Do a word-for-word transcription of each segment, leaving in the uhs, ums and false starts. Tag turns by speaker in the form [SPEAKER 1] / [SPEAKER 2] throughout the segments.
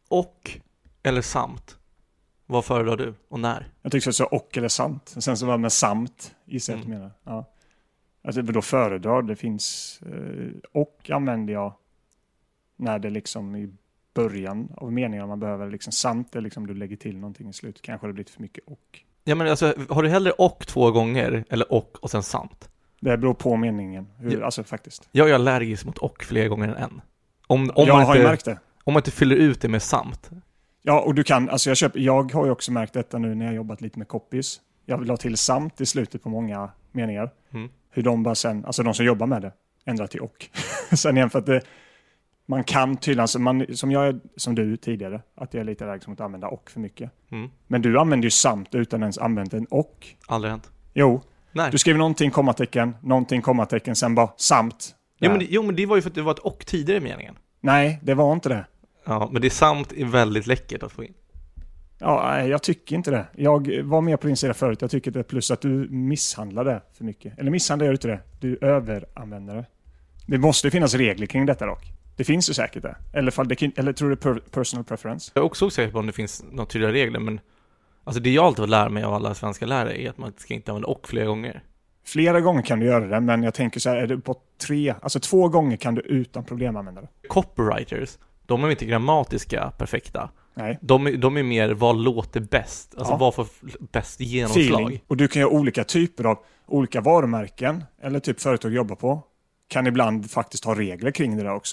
[SPEAKER 1] och eller samt? Vad föredrar du och när?
[SPEAKER 2] Jag tycker så och eller samt. Sen så var det med samt gissar jag mm. menar. Ja. Alltså då föredrar det finns eh, och använder jag när det liksom i början av meningen man behöver liksom samt är liksom du lägger till någonting i slutet. Kanske har det blivit för mycket och.
[SPEAKER 1] Ja men alltså har du hellre och två gånger eller och och sen samt?
[SPEAKER 2] Det beror på meningen. Hur, ja. Alltså faktiskt.
[SPEAKER 1] Jag är allergisk mot och fler gånger än en. Om, om
[SPEAKER 2] jag
[SPEAKER 1] man
[SPEAKER 2] har
[SPEAKER 1] inte,
[SPEAKER 2] ju märkt det.
[SPEAKER 1] Om man inte fyller ut det med samt.
[SPEAKER 2] Ja, och du kan, alltså jag köper, jag har ju också märkt detta nu när jag jobbat lite med copies. Jag vill ha till samt i slutet på många meningar. Mm. Hur de bara sen, alltså de som jobbar med det, ändrar till och. Sen igen för att det, man kan tydligen, alltså man, som jag är, som du tidigare, att jag är lite allergisk mot att använda och för mycket. Mm. Men du använder ju samt utan ens använt en och.
[SPEAKER 1] Aldrig hänt.
[SPEAKER 2] Jo,
[SPEAKER 1] nej.
[SPEAKER 2] Du skriver någonting kommatecken, någonting kommatecken, sen bara samt.
[SPEAKER 1] Jo men, det, jo men det var ju för att det var ett och tidigare i meningen.
[SPEAKER 2] Nej, det var inte det.
[SPEAKER 1] Ja, men det är samt är väldigt läckert att få in.
[SPEAKER 2] Ja, jag tycker inte det. Jag var med på din sida förut. Jag tycker det är plus att du misshandlar det för mycket. Eller misshandlar gör du inte det. Du överanvänder det. Det måste finnas regler kring detta dock. Det finns ju säkert det. Eller, fall det, eller tror du per, personal preference?
[SPEAKER 1] Jag är också osäker på om det finns några tydliga regler. Men alltså det jag alltid vill lära mig av alla svenska lärare är att man ska inte använda och flera gånger.
[SPEAKER 2] Flera gånger kan du göra det. Men jag tänker så här, är det på tre? Alltså två gånger kan du utan problem använda det.
[SPEAKER 1] Copywriters, de är inte grammatiska perfekta.
[SPEAKER 2] Nej.
[SPEAKER 1] De, de är mer vad låter bäst. Alltså
[SPEAKER 2] ja.
[SPEAKER 1] vad får bäst genomslag.
[SPEAKER 2] Feeling. Och du kan göra olika typer av olika varumärken eller typ företag jobbar på. Kan ibland faktiskt ha regler kring det där också.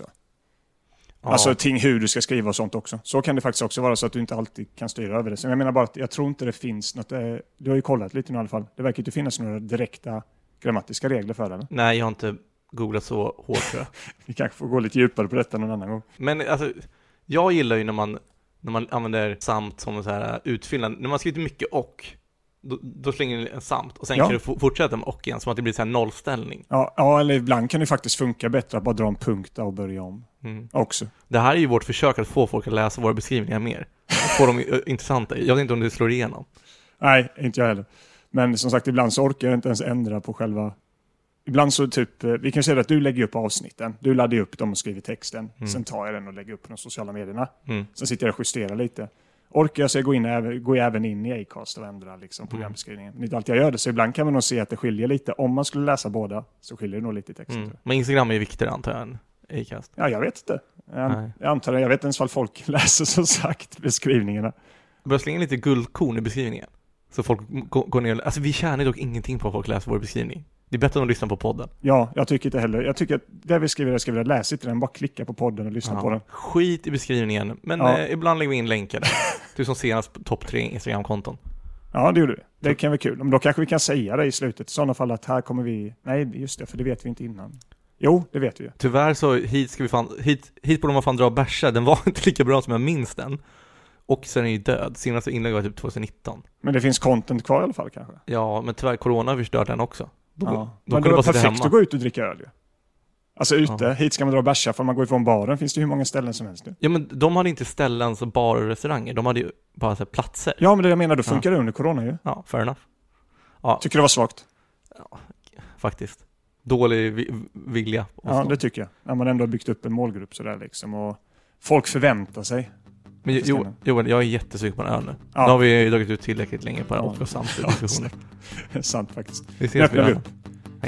[SPEAKER 2] Ja. Alltså ting hur du ska skriva och sånt också. Så kan det faktiskt också vara så att du inte alltid kan styra över det. Så jag menar bara att jag tror inte det finns något. Eh, du har ju kollat lite nu i alla fall. Det verkar inte finnas några direkta grammatiska regler för det. Eller?
[SPEAKER 1] Nej, jag har inte googlat så hårt tror jag.
[SPEAKER 2] Vi kanske får gå lite djupare på detta någon annan gång.
[SPEAKER 1] Men alltså, jag gillar ju när man när man använder samt som så här utfyllnad. När man skriver mycket och då, då slänger en samt och sen ja. kan du f- fortsätta med och igen som att det blir så här nollställning.
[SPEAKER 2] Ja, ja, eller ibland kan det faktiskt funka bättre att bara dra en punkt och börja om mm. också.
[SPEAKER 1] Det här är ju vårt försök att få folk att läsa våra beskrivningar mer. Få dem intressanta. Jag vet inte om det slår igenom.
[SPEAKER 2] Nej, inte jag heller. Men som sagt, ibland så orkar jag inte ens ändra på själva. Ibland så typ, vi kan säga att du lägger upp avsnitten. Du laddar upp dem och skriver texten. Mm. Sen tar jag den och lägger upp på de sociala medierna. Mm. Sen sitter jag och justerar lite. Orkar jag så jag går, in, går jag även in i Acast och ändrar liksom programbeskrivningen. Men inte alltid jag gör det. Så ibland kan man nog se att det skiljer lite. Om man skulle läsa båda så skiljer det nog lite i texten. Mm.
[SPEAKER 1] Men Instagram är ju viktigare antar jag än Acast.
[SPEAKER 2] Ja, jag vet inte. Jag, jag antar det. Jag vet inte ens vad folk läser så sagt beskrivningarna.
[SPEAKER 1] Jag börjar slänga lite guldkorn i beskrivningen. Så folk går ner. Alltså vi tjänar dock ingenting på att folk läser vår beskrivning. Det är bättre att de lyssnar på podden.
[SPEAKER 2] Ja, jag tycker inte heller. Jag tycker att det vi skriver, jag skriver, läs inte den. Bara klicka på podden och lyssna
[SPEAKER 1] ja,
[SPEAKER 2] på den.
[SPEAKER 1] Skit i beskrivningen. Men ja. eh, ibland lägger vi in länkar där. Du som senast på topp tre Instagram-konton.
[SPEAKER 2] Ja, det gjorde vi. Det kan vara kul. Men då kanske vi kan säga det i slutet. I sådana fall att här kommer vi... Nej, just det. För det vet vi inte innan. Jo, det vet vi.
[SPEAKER 1] Tyvärr så hit ska vi fan... Hit, hit borde man fan dra och bärsa. Den var inte lika bra som jag minns den. Och sen är ju död. Senaste inlägg var typ tjugonitton.
[SPEAKER 2] Men det finns content kvar i alla fall kanske?
[SPEAKER 1] Ja, men tyvärr corona har förstört den också. Då,
[SPEAKER 2] ja. Då men det var perfekt hemma. Att gå ut och dricka öl ju. Alltså ute, ja. Hit ska man dra och bärsa. För man går ifrån baren finns det hur många ställen som helst nu.
[SPEAKER 1] Ja, men de hade inte ställen som bar och restauranger. De hade ju bara så här, platser.
[SPEAKER 2] Ja, men det jag menar, då funkar ja. det under corona ju.
[SPEAKER 1] Ja, fair enough. Ja.
[SPEAKER 2] Tycker du det var svagt?
[SPEAKER 1] Ja, faktiskt. Dålig vi- vilja.
[SPEAKER 2] Ja, det tycker jag. När man ändå har byggt upp en målgrupp sådär liksom. Och folk förväntar sig.
[SPEAKER 1] Men jo, Joel, jag är jättesugen på en öl nu. Ja. Då har vi dragit ut tillräckligt länge på det ja. och samtidigt diskussioner.
[SPEAKER 2] Ja, sant faktiskt.
[SPEAKER 1] Vi ses på upp. Hej.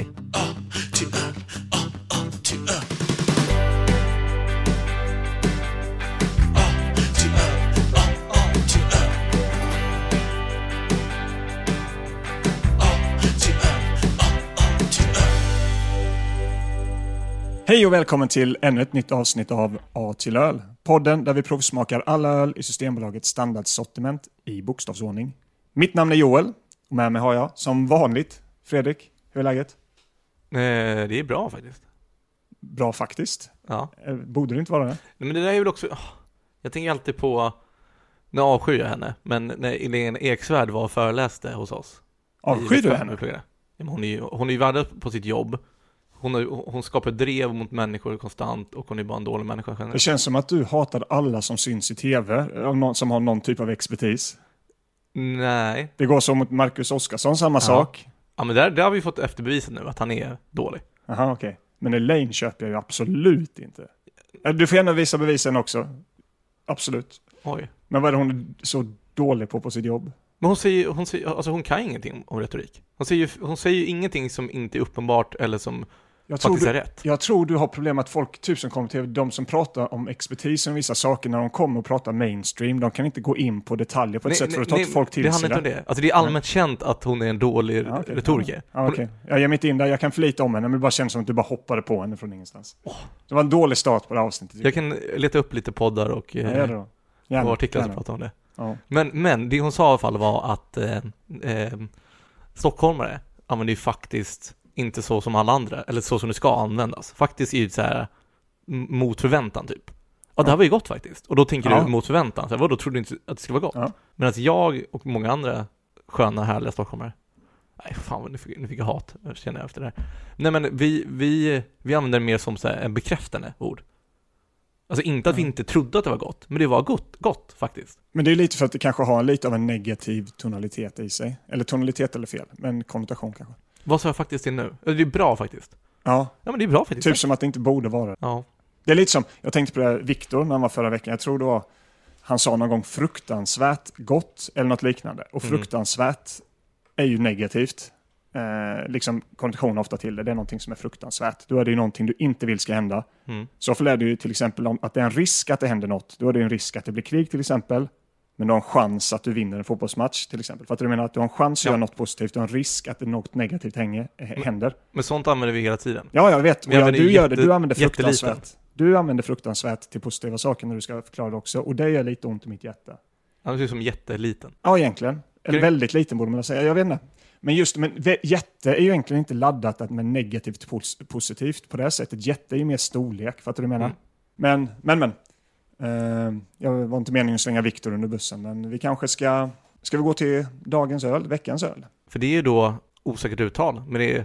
[SPEAKER 2] Hej och välkommen till ännu ett nytt avsnitt av A till öl. Podden där vi provsmakar alla öl i Systembolagets standardsortiment i bokstavsordning. Mitt namn är Joel och med mig har jag som vanligt Fredrik. Hur är läget?
[SPEAKER 1] Eh, det är bra faktiskt.
[SPEAKER 2] Bra faktiskt?
[SPEAKER 1] Ja.
[SPEAKER 2] Borde det inte vara det?
[SPEAKER 1] Nej, men det där är väl också... Oh, jag tänker alltid på... Nu avskyr jag henne. Men när Elin Eksvärd var och föreläste hos oss.
[SPEAKER 2] Avskyr du henne?
[SPEAKER 1] Hon är ju, hon är ju värd på sitt jobb. Hon, har, hon skapar drev mot människor konstant och hon är bara en dålig människa generellt.
[SPEAKER 2] Det känns som att du hatar alla som syns i tv, som har någon typ av expertis.
[SPEAKER 1] Nej.
[SPEAKER 2] Det går så mot Marcus Oskarsson, samma ja. sak.
[SPEAKER 1] Ja, men där, där har vi fått efterbeviset nu att han är dålig.
[SPEAKER 2] Jaha, okej. Okay. Men Elaine köper jag ju absolut inte. Du får gärna visa bevisen också. Absolut.
[SPEAKER 1] Oj.
[SPEAKER 2] Men vad är det hon är så dålig på på sitt jobb?
[SPEAKER 1] Men hon säger, hon säger, alltså hon kan ingenting om retorik. Hon säger ju, hon säger ju ingenting som inte är uppenbart eller som
[SPEAKER 2] jag
[SPEAKER 1] faktiskt
[SPEAKER 2] tror
[SPEAKER 1] är
[SPEAKER 2] du,
[SPEAKER 1] rätt.
[SPEAKER 2] Jag tror du har problem med att folk typ som kommer till de som pratar om expertis om vissa saker när de kommer och pratar mainstream, de kan inte gå in på detaljer på ett nej, sätt för att ta folk till
[SPEAKER 1] det
[SPEAKER 2] sig.
[SPEAKER 1] Det handlar inte om det. Alltså det är allmänt nej. känt att hon är en dålig ja, okay. retoriker.
[SPEAKER 2] Ja, ja, okay. Jag ger mig inte in där, jag kan förlita om henne, men det bara känns som att du bara hoppade på henne från ingenstans. Oh. Det var en dålig start på det avsnittet.
[SPEAKER 1] Jag kan leta upp lite poddar och, ja,
[SPEAKER 2] eh,
[SPEAKER 1] och artiklar som pratar om det.
[SPEAKER 2] Ja.
[SPEAKER 1] Men, men det hon sa i alla fall var att eh, eh, stockholmare använder ju faktiskt inte så som alla andra, eller så som det ska användas. Faktiskt är det så här mot förväntan typ. Ja, det här var ju gott faktiskt. Och då tänker ja. du mot förväntan. Så här, vadå, trodde du inte att det skulle vara gott? Ja. Men att jag och många andra sköna, härliga stockholmare, nej fan, nu fick, nu fick jag hat, känner jag efter det här. Nej men vi, vi, vi använder det mer som så här, en bekräftande ord. Alltså inte att vi inte trodde att det var gott, men det var gott, gott faktiskt.
[SPEAKER 2] Men det är lite för att det kanske har lite av en negativ tonalitet i sig. Eller tonalitet eller fel, men konnotation kanske.
[SPEAKER 1] Vad sa jag faktiskt till nu? Det är bra faktiskt.
[SPEAKER 2] Ja.
[SPEAKER 1] Ja, men det är bra faktiskt.
[SPEAKER 2] Typ som att det inte borde vara.
[SPEAKER 1] Ja.
[SPEAKER 2] Det är lite som, jag tänkte på det här, Viktor när han var förra veckan. Jag tror det var, han sa någon gång fruktansvärt gott eller något liknande. Och fruktansvärt mm. är ju negativt. Eh, liksom konnotation ofta till det. Det är någonting som är fruktansvärt. Då är det ju någonting du inte vill ska hända.
[SPEAKER 1] Mm.
[SPEAKER 2] Så för det ju till exempel om att det är en risk att det händer något. Då är det en risk att det blir krig till exempel. Men du har en chans att du vinner en fotbollsmatch till exempel. För att du menar att du har en chans att ja. göra något positivt. Du har en risk att det något negativt hänger, händer.
[SPEAKER 1] Men sånt använder vi hela tiden.
[SPEAKER 2] Ja, jag vet. Ja, du, gör
[SPEAKER 1] jätte,
[SPEAKER 2] det. Du använder fruktansvärt. Du använder fruktansvärt till positiva saker när du ska förklara det också. Och det gör lite ont i mitt hjärta.
[SPEAKER 1] Han ser ut som jätteliten.
[SPEAKER 2] Ja, egentligen. Eller väldigt liten borde man säga. Jag vet inte. Men just men jätte är ju egentligen inte laddat med negativt pos- positivt på det här sättet. Jätte är ju mer storlek, fattar du menar? Mm. Men, men, men. Uh, jag var inte meningen att slänga Viktor under bussen, men vi kanske ska... Ska vi gå till dagens öl, veckans öl?
[SPEAKER 1] För det är ju då osäkert uttal, men det är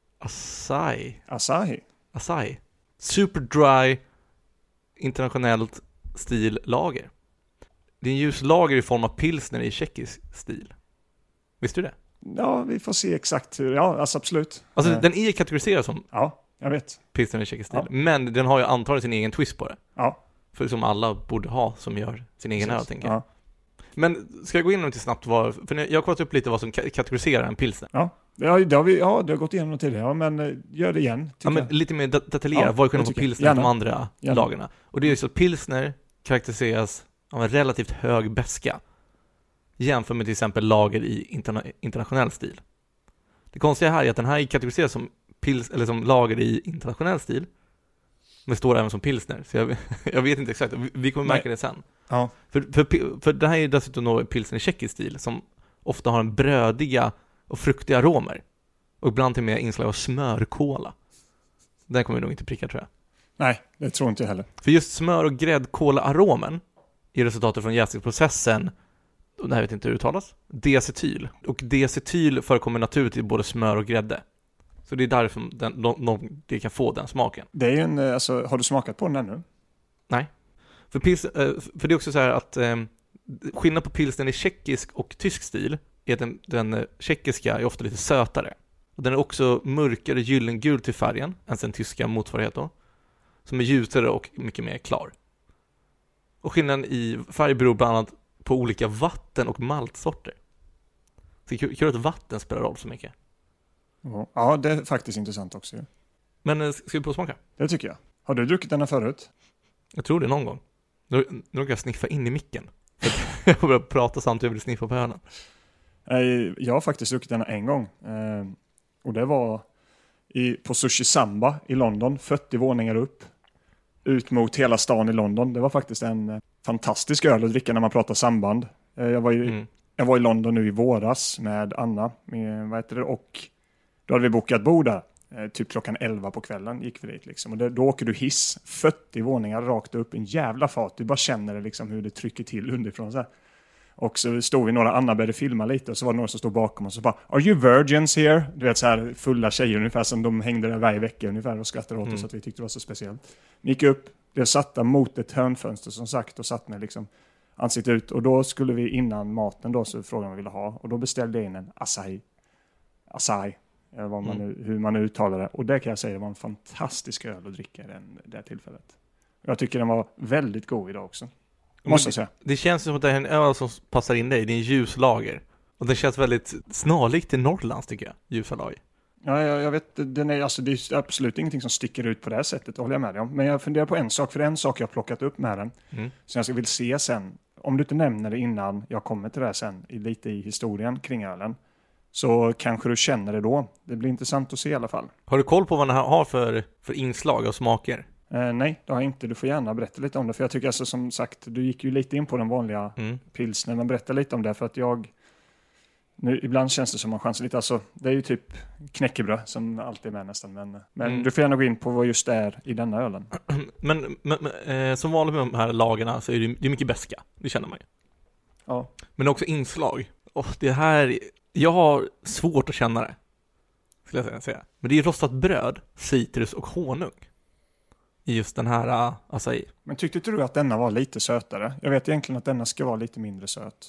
[SPEAKER 1] Asahi.
[SPEAKER 2] Asahi.
[SPEAKER 1] Asahi. Super dry, internationellt stillager. Det är en ljus lager i form av pilsner i tjeckisk stil. Visste du det?
[SPEAKER 2] Ja, vi får se exakt hur... Ja, alltså absolut.
[SPEAKER 1] Alltså
[SPEAKER 2] uh.
[SPEAKER 1] den är kategoriserad som...
[SPEAKER 2] Ja, jag vet.
[SPEAKER 1] Pilsner i tjeckisk stil.
[SPEAKER 2] Ja.
[SPEAKER 1] Men den har ju antagligen sin egen twist på det.
[SPEAKER 2] Ja.
[SPEAKER 1] För som alla borde ha som gör sin egen öl, tänker jag.
[SPEAKER 2] Ja.
[SPEAKER 1] Men ska jag gå in lite snabbt vad, för jag har kollat upp lite vad som kategoriserar en pilsner.
[SPEAKER 2] Ja, det har, det har, vi, ja, det har gått igenom tidigare, ja, men gör det igen.
[SPEAKER 1] Ja, men lite mer detaljerat, ja, vad är skillnaden på pilsner än de andra Gärna. lagarna? Och det är ju så att pilsner karaktäriseras av en relativt hög beska jämfört med till exempel lager i interna- internationell stil. Det konstiga här är att den här kategoriseras som, pils, eller som lager i internationell stil, men står även som pilsner. Så jag, jag vet inte exakt. Vi, vi kommer märka Nej. det sen.
[SPEAKER 2] Ja.
[SPEAKER 1] För, för, för det här är dessutom nog pilsner i tjeckisk stil som ofta har en brödiga och fruktiga aromer. Och ibland till och med inslag av smörkola. Den kommer nog inte pricka, tror jag.
[SPEAKER 2] Nej, det tror inte jag heller.
[SPEAKER 1] För just smör- och gräddkola-aromen är resultatet från jäsningsprocessen, och det här vet inte hur det uttalas, diacetyl. Och diacetyl förekommer naturligt i både smör och grädde. Så det är därför den, de, de, de kan få den smaken.
[SPEAKER 2] Det är ju en, alltså, har du smakat på den ännu?
[SPEAKER 1] Nej. För, pils, för det är också så här att eh, skillnad på pilsen i tjeckisk och tysk stil är att den, den tjeckiska är ofta lite sötare. Och den är också mörkare gyllengul till färgen än den tyska motsvarighet då, som är ljusare och mycket mer klar. Och skillnaden i färg beror bland annat på olika vatten- och maltsorter. Så det är kul att vatten spelar roll så mycket.
[SPEAKER 2] Ja, det är faktiskt intressant också.
[SPEAKER 1] Men ska vi provsmaka?
[SPEAKER 2] Det tycker jag. Har du druckit den här förut?
[SPEAKER 1] Jag tror det någon gång. Nu, nu råkar jag sniffa in i micken. Jag börjar prata samtidigt och vill sniffa på ölen.
[SPEAKER 2] Jag har faktiskt druckit den en gång. Och det var i, på Sushi Samba i London. fyrtio våningar upp. Ut mot hela stan i London. Det var faktiskt en fantastisk öl att dricka när man pratar samband. Jag var i, mm. jag var i London nu i våras med Anna. Med, vad heter det? Och då hade vi bokat bord där. Typ klockan elva på kvällen gick vi dit liksom. Och det, då åker du hiss fyrtio våningar rakt upp, en jävla fart. Du bara känner det liksom hur det trycker till underifrån så här. Och så stod vi några, Anna började filma lite och så var det några som stod bakom oss och bara, are you virgins here? Du vet så här fulla tjejer ungefär som de hängde där varje vecka ungefär och skrattade åt oss mm. att vi tyckte det var så speciellt. Vi gick upp, blev satta mot ett hörnfönster som sagt och satt med liksom ansiktet ut. Och då skulle vi innan maten då så frågade vad vi ville ha. Och då beställde jag in en Asahi. Asahi. Vad man nu, hur man uttalar det. Och det kan jag säga, det var en fantastisk öl att dricka i den, det tillfället. Jag tycker den var väldigt god idag också. måste jag säga.
[SPEAKER 1] Det, det känns som att det är en öl som passar in dig. Det är en ljuslager. Och det känns väldigt snarlikt till Norrlands, tycker jag. Ljusa lager.
[SPEAKER 2] Ja, jag, jag vet, den är, alltså, det är absolut ingenting som sticker ut på det här sättet, det håller jag med dig om. Men jag funderar på en sak, för det är en sak jag har plockat upp med den. Mm. Som jag vill se sen. Om du inte nämner det innan jag kommer till det här sen, i, lite i historien kring ölen, så kanske du känner det då. Det blir intressant att se i alla fall.
[SPEAKER 1] Har du koll på vad den här har för, för inslag och smaker?
[SPEAKER 2] Eh, nej, det har jag inte. Du får gärna berätta lite om det. För jag tycker alltså, som sagt, du gick ju lite in på den vanliga mm. pilsner, men berätta lite om det. För att jag, nu, ibland känns det som man chansar lite. Alltså, det är ju typ knäckebröd som alltid är med nästan. Men, men mm. du får gärna gå in på vad just det är i denna ölen.
[SPEAKER 1] Men, men, men eh, som vanligt med de här lagerna så är det, det är mycket beska. Det känner man ju.
[SPEAKER 2] Ja.
[SPEAKER 1] Men också inslag. Och det här, jag har svårt att känna det, skulle jag säga. Men det är rostat bröd, citrus och honung i just den här acai.
[SPEAKER 2] Men tyckte du att denna var lite sötare? Jag vet egentligen att denna ska vara lite mindre söt.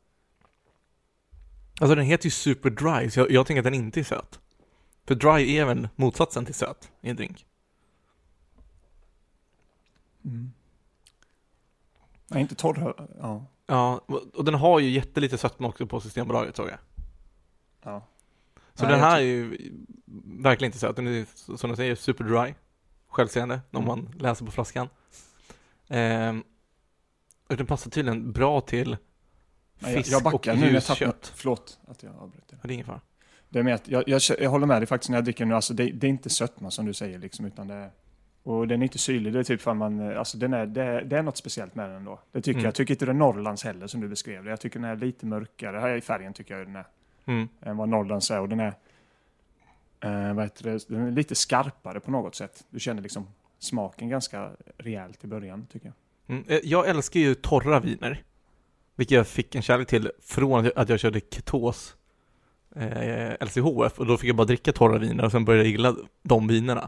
[SPEAKER 1] Alltså den heter ju super dry, så jag, jag tänker att den inte är söt. För dry är väl motsatsen till söt i en drink.
[SPEAKER 2] Mm. Nej, inte torr. Ja.
[SPEAKER 1] Ja, och den har ju jättelite sötma också på Systembolaget, såg jag.
[SPEAKER 2] Ja.
[SPEAKER 1] Så
[SPEAKER 2] Nej,
[SPEAKER 1] den här
[SPEAKER 2] ty-
[SPEAKER 1] är ju verkligen inte söt. Den är, som de säger, super dry. Självseende, om
[SPEAKER 2] Mm.
[SPEAKER 1] man läser på flaskan. Ehm, och den passar tydligen bra till
[SPEAKER 2] Nej,
[SPEAKER 1] fisk
[SPEAKER 2] jag, jag
[SPEAKER 1] och
[SPEAKER 2] backar nu. Jag tappar,
[SPEAKER 1] ljuskött.
[SPEAKER 2] förlåt att jag avbryter.
[SPEAKER 1] Ja, det är ingen fara.
[SPEAKER 2] Det är med att jag, jag, jag håller med dig faktiskt när jag dricker nu. Alltså det, det är inte sötma som du säger liksom, utan det är, och den är inte syrlig. Det är typ för man, alltså den är, det, är, det är något speciellt med den ändå. Det tycker
[SPEAKER 1] Mm.
[SPEAKER 2] jag. Jag tycker inte det är Norrlands heller som du beskrev det. Jag tycker den är lite mörkare. Här i färgen tycker jag den är.
[SPEAKER 1] Mm.
[SPEAKER 2] Än vad Norrlands är. Och den är, eh, vad heter det? Den är lite skarpare på något sätt. Du känner liksom smaken ganska rejält i början, tycker jag.
[SPEAKER 1] Mm. Eh, Jag älskar ju torra viner. Vilket jag fick en kärlek till från att jag körde ketos eh, L C H F. Och då fick jag bara dricka torra viner och sen började jag gilla de vinerna.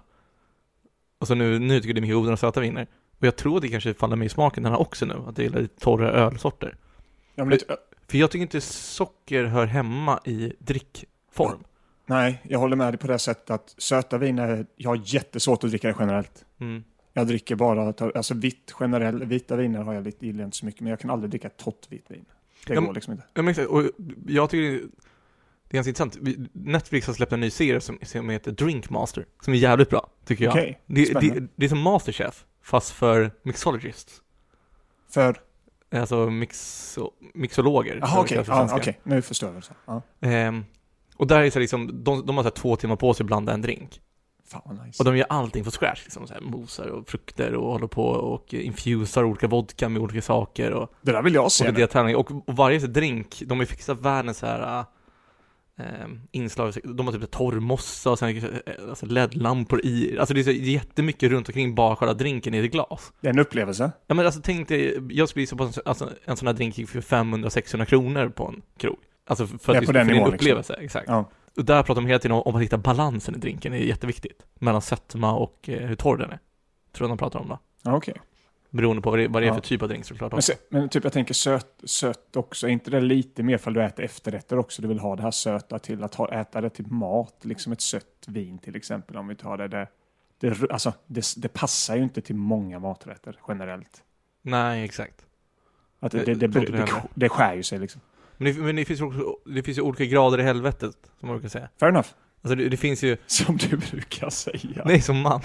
[SPEAKER 1] Och så nu, nu tycker jag det är mycket godare än söta viner. Och jag tror att det kanske faller mig i smaken den här också nu. Att jag gillar lite torra ölsorter.
[SPEAKER 2] Ja, men lite,
[SPEAKER 1] för, för jag tycker inte socker hör hemma i drickform.
[SPEAKER 2] nej, jag håller med dig på det sättet att söta viner, jag har jättesvårt att dricka det generellt.
[SPEAKER 1] Mm.
[SPEAKER 2] Jag dricker bara, alltså vitt generellt, vita viner har jag lite, gillar inte så mycket, men jag kan aldrig dricka torrt vitt vin. Det
[SPEAKER 1] Ja,
[SPEAKER 2] går liksom inte.
[SPEAKER 1] Ja, men, och jag tycker det är ganska intressant. Vi- Netflix har släppt en ny serie som, som heter Drinkmaster, som är jävligt bra, tycker jag.
[SPEAKER 2] Okej,
[SPEAKER 1] det,
[SPEAKER 2] spännande.
[SPEAKER 1] det, det är som Masterchef, fast för mixologists.
[SPEAKER 2] För,
[SPEAKER 1] Alltså mixo, mixologer.
[SPEAKER 2] jaha
[SPEAKER 1] som det
[SPEAKER 2] okej,
[SPEAKER 1] kallas på
[SPEAKER 2] ja,
[SPEAKER 1] svenska.
[SPEAKER 2] okej, nu förstår jag. Så. Ja.
[SPEAKER 1] Ehm, och där är det så liksom, de, de har så här två timmar på sig att blanda en drink.
[SPEAKER 2] Fan vad nice.
[SPEAKER 1] Och de gör allting från scratch, liksom så här mosar och frukter och håller på och infusar olika vodka med olika saker och
[SPEAKER 2] Det där vill jag se.
[SPEAKER 1] och, det och, och varje så drink, de har fixat världens så här äh, inslag, de har typ torrmossa och sen äh, alltså L E D-lampor i, alltså det är så jättemycket runt omkring bara själva drinken i ett glas.
[SPEAKER 2] Det är en upplevelse.
[SPEAKER 1] Ja, men alltså tänk dig, jag skulle gissa på alltså, en sån här drink gick för femhundra till sexhundra kronor på en krog. Alltså för
[SPEAKER 2] Det är
[SPEAKER 1] att
[SPEAKER 2] på
[SPEAKER 1] det
[SPEAKER 2] den
[SPEAKER 1] för din
[SPEAKER 2] nivån,
[SPEAKER 1] upplevelse, liksom. Exakt.
[SPEAKER 2] Ja.
[SPEAKER 1] Och där pratar de hela tiden om, om att hitta balansen i drinken, det är jätteviktigt. Mellan sötma och eh, hur torr den är. Tror jag de pratar om då.
[SPEAKER 2] Ja, okej.
[SPEAKER 1] Beroende på vad det, vad det är
[SPEAKER 2] Ja.
[SPEAKER 1] för typ av drink såklart
[SPEAKER 2] Men,
[SPEAKER 1] också.
[SPEAKER 2] se- men typ jag tänker söt, sött också. Är inte det lite mer för du äter efterrätter också? Du vill ha det här söta till att ha, äta det till mat. Liksom ett sött vin till exempel. Om vi tar det. Det, det, alltså, det, det passar ju inte till många maträtter generellt.
[SPEAKER 1] Nej, exakt.
[SPEAKER 2] Att det,
[SPEAKER 1] Jag
[SPEAKER 2] det, det,
[SPEAKER 1] tror inte
[SPEAKER 2] det,
[SPEAKER 1] det
[SPEAKER 2] det,
[SPEAKER 1] heller.
[SPEAKER 2] det skär ju sig liksom.
[SPEAKER 1] Men, det, men det, finns ju också, det finns ju olika grader i helvetet, som man brukar säga.
[SPEAKER 2] Fair enough.
[SPEAKER 1] Alltså det, det finns ju...
[SPEAKER 2] Som du brukar säga.
[SPEAKER 1] Nej, som man.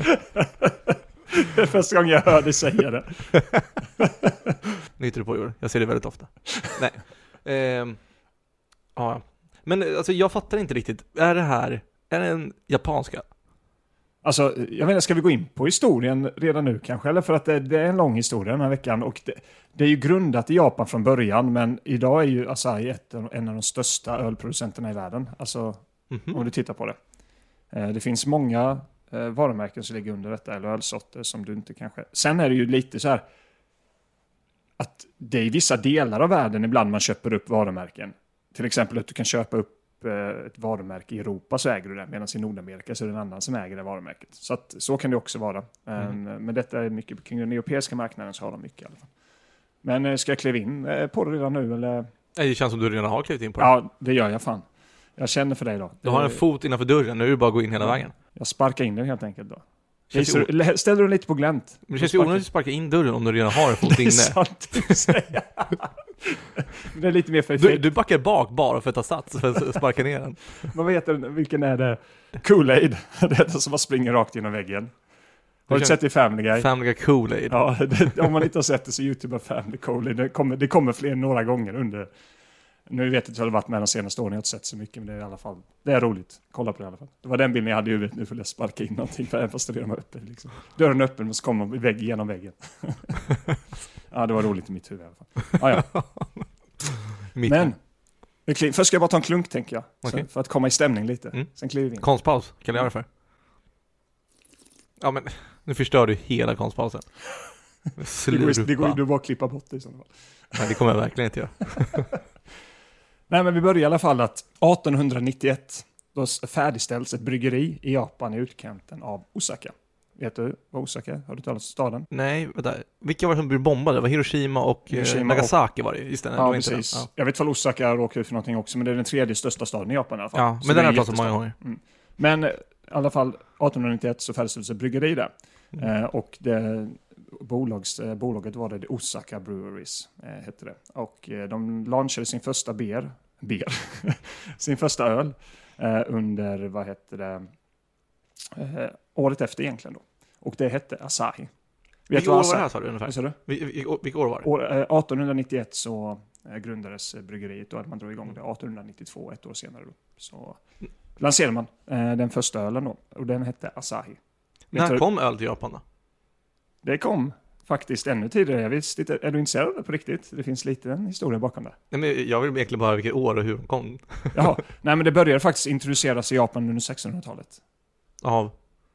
[SPEAKER 2] Det är första gången jag hör dig säga det.
[SPEAKER 1] Nu hittar du på, Joel. Jag ser det väldigt ofta. Nej. Ehm, ja. Men alltså jag fattar inte riktigt. Är det här... Är det en japanska?
[SPEAKER 2] Alltså, jag menar, ska vi gå in på historien redan nu kanske? Eller för att det, det är en lång historia den här veckan. Och det, det är ju grundat i Japan från början. Men idag är ju Asahi ett, en av de största ölproducenterna i världen. Alltså,
[SPEAKER 1] Mhm.
[SPEAKER 2] om du tittar på det. Eh, det finns många eh, varumärken som ligger under detta. Eller ölsorter som du inte kanske... Sen är det ju lite så här... Att det är i vissa delar av världen ibland man köper upp varumärken. Till exempel att du kan köpa upp ett varumärke i Europa så äger du det, medan i Nordamerika så är det en annan som äger det varumärket. Så att, så kan det också vara. Mm. Men detta är mycket kring den europeiska marknaden, så har de mycket i alla fall. Men ska jag kliva in på det redan nu eller?
[SPEAKER 1] Nej, det känns som du redan har klivit in på det.
[SPEAKER 2] Ja, det gör jag fan. Jag känner för dig då.
[SPEAKER 1] Du har en fot innanför dörren, nu är det bara att gå in hela vägen.
[SPEAKER 2] Jag sparkar in den helt enkelt då.
[SPEAKER 1] känns ju o-
[SPEAKER 2] Ställer du lite på glänt?
[SPEAKER 1] Men det känns ju onödigt att sparka in dörren om du redan har en fot
[SPEAKER 2] Det är
[SPEAKER 1] inne.
[SPEAKER 2] sant, du säger. Det är lite mer för
[SPEAKER 1] Du, du backar bak bara för att ta sats, för att sparka ner den.
[SPEAKER 2] Man vet vilken är det? Kool-Aid. Det är det som bara springer rakt genom väggen. Har du sett det i Family Guy?
[SPEAKER 1] Family Guy Kool-Aid.
[SPEAKER 2] Ja, det, om man inte har sett det så YouTube Family Kool-Aid. Det kommer, det kommer fler några gånger under. Nu vet jag inte hur det har varit med de senaste åren. Jag har inte sett så mycket, men det är i alla fall. Det är roligt. Kolla på det i alla fall. Det var den bilden jag hade i huvudet. Nu får jag sparka in någonting för även fast det redan var öppen. Liksom. Dörren är öppen, men så kommer man vägg genom väggen. Ja, det var roligt i mitt huvud i alla fall. Ja, ja. Men, först ska jag bara ta en klunk, tänker jag. Okay. För att komma i stämning lite. Mm. Sen kliver vi in.
[SPEAKER 1] Konstpaus, kan jag göra det för? Ja, men nu förstör du hela konstpausen.
[SPEAKER 2] Det går, det går ju bara att klippa bort det i sådana fall.
[SPEAKER 1] Nej, det kommer jag verkligen inte göra.
[SPEAKER 2] Nej, men vi börjar i alla fall att artonhundranittioett då färdigställs ett bryggeri i Japan i utkanten av Osaka. Vet du vad Osaka är? Har du talat om staden?
[SPEAKER 1] Nej, vänta. Vilka var det som blev bombade? Det var Hiroshima och Hiroshima Nagasaki och... var det. Just det,
[SPEAKER 2] ja,
[SPEAKER 1] det var
[SPEAKER 2] precis.
[SPEAKER 1] Inte ja.
[SPEAKER 2] Jag vet vad Osaka råkar ut för någonting också, men det är den tredje största staden i Japan i alla fall.
[SPEAKER 1] Ja, så men den har jag pratat om många gånger.
[SPEAKER 2] Mm. Men i alla fall artonhundranittioett så färdigställdes ett bryggeri där. Mm. Eh, och det bolags, eh, bolaget var det, det Osaka Breweries eh, hette det. Och eh, de launchade sin första beer, beer sin första öl eh, under, vad hette det, eh, året efter egentligen då. Och det hette Asahi.
[SPEAKER 1] Vilka år var det här, sa du ungefär?
[SPEAKER 2] Vad sa du?
[SPEAKER 1] Vilka år var det?
[SPEAKER 2] År, eh, artonhundranittioett så eh, grundades bryggeriet och man drog igång det artonhundranittiotvå, ett år senare då. Så lanserade man eh, den första ölen då, och den hette Asahi.
[SPEAKER 1] När Vet kom öl till Japan då?
[SPEAKER 2] Det kom faktiskt ännu tidigare. Jag visste inte, är du intresserad av det på riktigt? Det finns lite en historia bakom det.
[SPEAKER 1] Nej, men jag vill egentligen bara vilket år och hur de kom.
[SPEAKER 2] Jaha, nej men det började faktiskt introduceras i Japan under sextonhundratalet.
[SPEAKER 1] Av?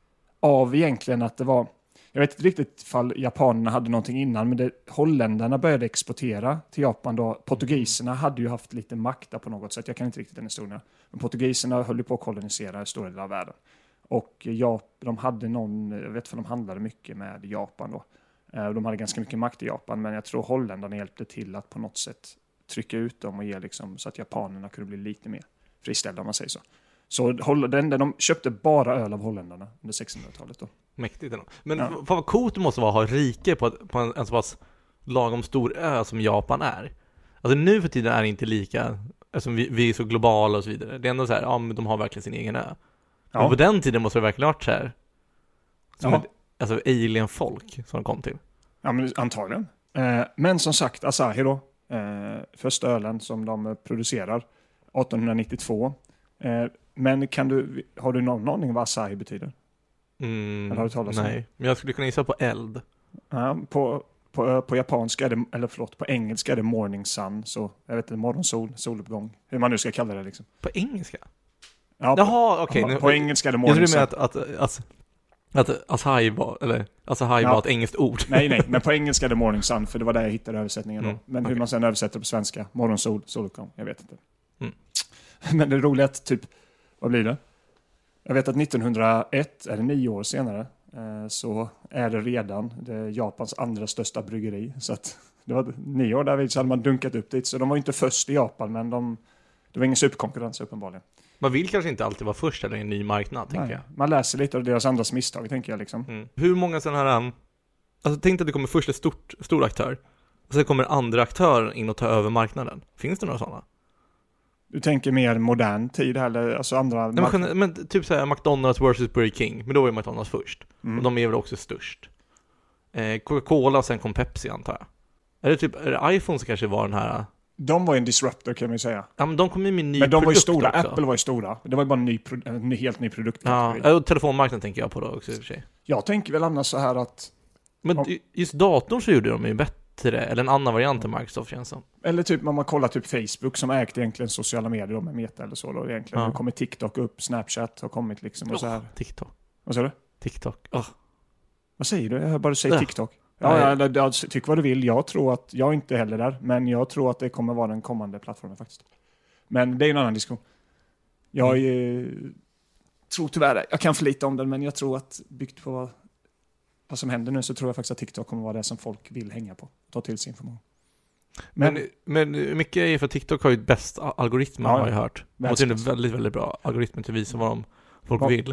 [SPEAKER 2] Av egentligen att det var, jag vet inte riktigt ifall japanerna hade någonting innan, men det, holländarna började exportera till Japan då. Portugiserna hade ju haft lite makt där på något sätt. Jag kan inte riktigt den historien. Men portugiserna höll ju på att kolonisera stora delar av världen. Och ja, de hade någon, jag vet för de handlade mycket med Japan då. De hade ganska mycket makt i Japan, men jag tror holländarna hjälpte till att på något sätt trycka ut dem och ge liksom, så att japanerna kunde bli lite mer friställda om man säger så. Så den, de köpte bara öl av holländarna under sextonhundratalet då.
[SPEAKER 1] Mäktigt ändå. Men ja. Fan vad coolt det måste vara att ha rike på, på en, en så pass lagom stor ö som Japan är. Alltså nu för tiden är det inte lika, alltså vi, vi är så globala och så vidare. Det är ändå så här, ja men de har verkligen sin egen ö. Ja. Men på den tiden måste det verkligen ha varit så här, som ett, alltså alien-folk som de kom till.
[SPEAKER 2] Ja, men antagligen. Eh, men som sagt, Asahi då, eh, första ölen som de producerar, artonhundranittiotvå. Eh, men kan du, har du någon aning vad Asahi betyder?
[SPEAKER 1] Mm,
[SPEAKER 2] Eller har du talat om?
[SPEAKER 1] Nej, men jag skulle kunna gissa på eld.
[SPEAKER 2] Ja, på, på, på japanska är det, eller förlåt, på engelska är det morning sun, så jag vet inte, morgonsol, soluppgång, hur man nu ska kalla det liksom.
[SPEAKER 1] På engelska?
[SPEAKER 2] Ja, på,
[SPEAKER 1] Jaha, okej.
[SPEAKER 2] Okay, på engelska är det morning sun.
[SPEAKER 1] Jag tror med att, att, att, att Asahi var, eller Asahi ja. var ett engelskt ord.
[SPEAKER 2] Nej, nej, men på engelska är det morning sun, för det var där jag hittade översättningen då.
[SPEAKER 1] Mm,
[SPEAKER 2] men
[SPEAKER 1] okay.
[SPEAKER 2] hur man sedan översätter på svenska, morgonsol, soluppgång, jag vet inte.
[SPEAKER 1] Mm.
[SPEAKER 2] Men det är roligt att typ, vad blir det? Jag vet att nittonhundraett, eller nio år senare, eh, så är det redan det är Japans andra största bryggeri. Så att det var nio år där så hade man dunkat upp dit. Så de var inte först i Japan, men de, det var ingen superkonkurrens uppenbarligen.
[SPEAKER 1] Man vill kanske inte alltid vara först eller i en ny marknad,
[SPEAKER 2] Nej,
[SPEAKER 1] tänker jag.
[SPEAKER 2] Man läser lite av deras andras misstag, tänker jag liksom.
[SPEAKER 1] Mm. Hur många sådana här, um, alltså tänk att det kommer först ett stort, stor aktör, och sen kommer andra aktörer in och tar över marknaden. Finns det några sådana?
[SPEAKER 2] Du tänker mer modern tid här, eller alltså andra...
[SPEAKER 1] Nej, men, men typ såhär McDonald's versus Burger King, men då var ju McDonald's först. Mm. Och de är väl också störst. Eh, Coca-Cola och sen kom Pepsi, antar jag. Är det typ, är det iPhone som kanske var den här...
[SPEAKER 2] De var ju en disruptor, kan man ju säga.
[SPEAKER 1] Ja, men de kom ju med en ny
[SPEAKER 2] men de
[SPEAKER 1] produkt
[SPEAKER 2] var ju stora,
[SPEAKER 1] också.
[SPEAKER 2] Apple var ju stora. Det var ju bara en, ny, en helt ny produkt.
[SPEAKER 1] Ja, och telefonmarknaden tänker jag på då också i och för sig.
[SPEAKER 2] Jag tänker väl annars så här att...
[SPEAKER 1] Men om, just datorn så gjorde de ju bättre, eller en annan variant av Microsoft känns som.
[SPEAKER 2] Eller typ om man kollar typ Facebook som ägt egentligen sociala medier då, med Meta eller så då egentligen.
[SPEAKER 1] Ja.
[SPEAKER 2] Nu kommer TikTok upp, Snapchat har kommit liksom och
[SPEAKER 1] oh,
[SPEAKER 2] så här.
[SPEAKER 1] TikTok.
[SPEAKER 2] Vad säger du?
[SPEAKER 1] TikTok. Oh.
[SPEAKER 2] Vad säger du? Jag hör bara säga
[SPEAKER 1] Ja.
[SPEAKER 2] TikTok. Ja, ja, jag, jag tycker vad du vill. Jag tror att, jag är inte heller där, men jag tror att det kommer vara den kommande plattformen faktiskt. Men det är en annan diskussion. Jag mm. eh, tror tyvärr, jag kan för lite om den, men jag tror att byggt på vad, vad som händer nu så tror jag faktiskt att TikTok kommer vara det som folk vill hänga på. Ta till sig information.
[SPEAKER 1] Men, men, men mycket är för att TikTok har ju bäst algoritmer, ja, har jag hört. De har väldigt, väldigt bra algoritmer till att visa vad de, folk
[SPEAKER 2] vad,
[SPEAKER 1] vill.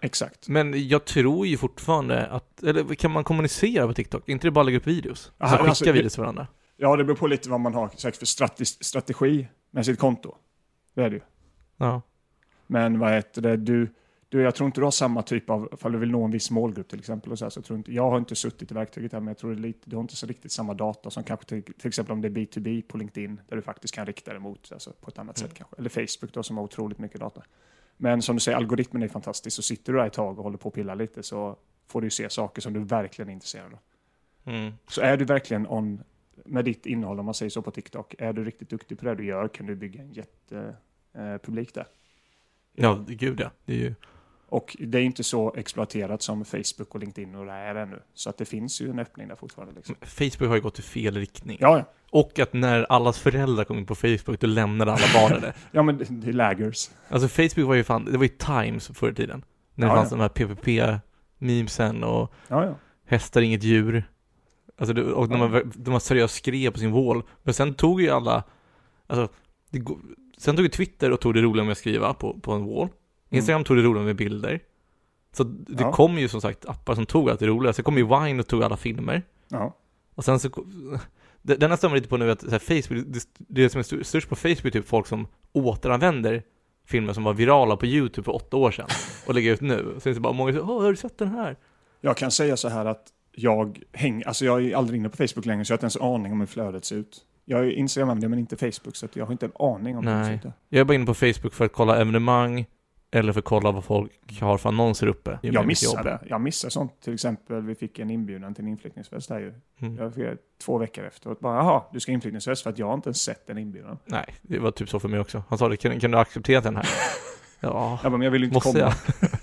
[SPEAKER 2] exakt.
[SPEAKER 1] Men jag tror ju fortfarande att, eller kan man kommunicera på TikTok? Inte det bara lägga upp videos?
[SPEAKER 2] Aha,
[SPEAKER 1] alltså skicka
[SPEAKER 2] alltså,
[SPEAKER 1] videos till varandra?
[SPEAKER 2] Ja, det beror på lite vad man har sagt för strategi, strategi med sitt konto. Det är det ju.
[SPEAKER 1] Ja.
[SPEAKER 2] Men vad heter det, du, du, jag tror inte du har samma typ av, ifall du vill nå en viss målgrupp till exempel. Och så här, så jag, tror inte, jag har inte suttit i verktyget här, men jag tror det är lite, du har inte så riktigt samma data som kanske till, till exempel om det är B to B på LinkedIn, där du faktiskt kan rikta det mot alltså, på ett annat mm. sätt kanske. Eller Facebook då, som har otroligt mycket data. Men som du säger, algoritmen är fantastisk. Så sitter du där ett tag och håller på att pilla lite, så får du se saker som du verkligen är intresserad av.
[SPEAKER 1] Mm.
[SPEAKER 2] Så är du verkligen on med ditt innehåll, om man säger så på TikTok, är du riktigt duktig på det du gör, kan du bygga en jättepublik eh, där.
[SPEAKER 1] Ja, gud ja. Det är ju...
[SPEAKER 2] Och det är inte så exploaterat som Facebook och LinkedIn och det är ännu. Så att det finns ju en öppning där fortfarande. Liksom.
[SPEAKER 1] Facebook har ju gått i fel riktning.
[SPEAKER 2] Ja, ja.
[SPEAKER 1] Och att när allas föräldrar kom in på Facebook, då lämnade alla barnen det.
[SPEAKER 2] Ja, men det, det är laggers.
[SPEAKER 1] Alltså Facebook var ju fan, det var ju Times förr i tiden. När det
[SPEAKER 2] ja,
[SPEAKER 1] fanns
[SPEAKER 2] ja.
[SPEAKER 1] de här P V P-memesen och
[SPEAKER 2] ja, ja.
[SPEAKER 1] hästar inget djur. Alltså det, och de, var, de var seriöst skrev på sin wall. Men sen tog ju alla, alltså, det, sen tog ju Twitter och tog det roliga med att skriva på, på en wall. Instagram mm. tog det roliga med bilder. Så det ja. kom ju som sagt appar som tog allt det roliga. Sen kom ju Vine och tog alla filmer.
[SPEAKER 2] Ja. Och
[SPEAKER 1] sen så... Det, den här stämmer lite på nu att så här, Facebook, det, det som är störst på Facebook är typ folk som återanvänder filmer som var virala på YouTube för åtta år sedan och lägger ut nu. Så är det bara många som säger, har du sett den här?
[SPEAKER 2] Jag kan säga så här att jag hänger, alltså jag är aldrig inne på Facebook längre, så jag har inte ens aning om hur flödet ser ut. Jag är Instagram men inte Facebook, så att jag har inte en aning om
[SPEAKER 1] Nej.
[SPEAKER 2] hur det ser ut.
[SPEAKER 1] Jag är bara inne på Facebook för att kolla evenemang eller för att kolla vad folk har för annonser uppe.
[SPEAKER 2] Jag missade, jag missade sånt. Till exempel, vi fick en inbjudan till en inflyttningsfest här ju. Mm. Jag fick två veckor efteråt. Bara, jaha, du ska inflyttningsfest, för att jag har inte ens sett en inbjudan.
[SPEAKER 1] Nej, det var typ så för mig också. Han sa det, kan, kan du acceptera den här?
[SPEAKER 2] Ja, ja men jag vill inte
[SPEAKER 1] måste
[SPEAKER 2] komma.
[SPEAKER 1] Jag?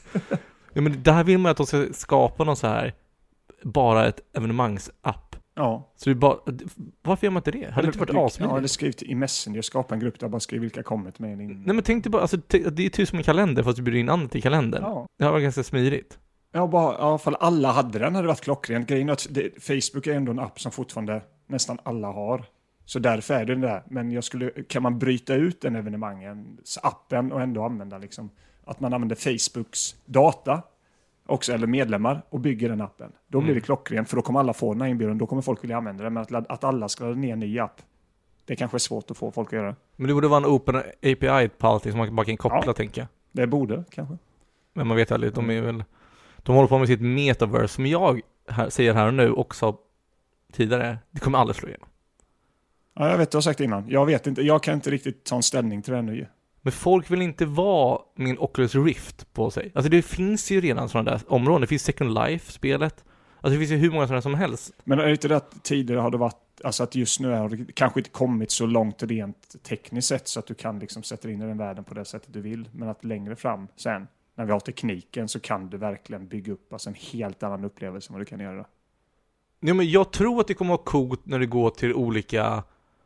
[SPEAKER 1] Ja, men där vill man att de ska skapa någon så här, bara ett evenemangsapp.
[SPEAKER 2] Ja.
[SPEAKER 1] Så det bara, varför gör man inte det? Hade det inte varit asmidigt?
[SPEAKER 2] Ja, eller skrivit i Messenger, skapa en grupp där bara skriv vilka kommit med in.
[SPEAKER 1] Nej, men tänk dig bara, alltså, det är typ som en kalender fast du bjuder in andra till kalendern.
[SPEAKER 2] Ja.
[SPEAKER 1] Det här var ganska smidigt.
[SPEAKER 2] Ja, bara, ja, fall alla hade den hade det varit klockrent. Grejen är att det, Facebook är ändå en app som fortfarande nästan alla har. Så därför är det den där. Men jag skulle, kan man bryta ut den evenemangen, appen, och ändå använda liksom, att man använder Facebooks data också, eller medlemmar, och bygger den appen. Då blir
[SPEAKER 1] mm.
[SPEAKER 2] det klockrent, för då kommer alla få den här inbjudan. Då kommer folk vilja använda den. Men att, att alla ska ladda ner en ny app, det kanske är svårt att få folk att göra.
[SPEAKER 1] Men det borde vara en open A P I på allting som man bara kan koppla, ja, tänker jag.
[SPEAKER 2] Det borde, kanske.
[SPEAKER 1] Men man vet aldrig, de är väl... De håller på med sitt metaverse, som jag här, säger här och nu också tidigare. Det kommer aldrig slå igenom.
[SPEAKER 2] Ja, jag vet, du har sagt innan. Jag vet inte, jag kan inte riktigt ta en ställning till det nu.
[SPEAKER 1] Men folk vill inte vara min Oculus Rift på sig. Alltså det finns ju redan sådana där områden. Det finns Second Life-spelet. Alltså det finns ju hur många sådana som helst.
[SPEAKER 2] Men är det inte det att tidigare har det varit, alltså att just nu har det kanske inte kommit så långt rent tekniskt sett så att du kan liksom sätta in i den världen på det sättet du vill. Men att längre fram sen, när vi har tekniken, så kan du verkligen bygga upp alltså en helt annan upplevelse än vad du kan göra.
[SPEAKER 1] Ja, men jag tror att det kommer att vara coolt när det går till olika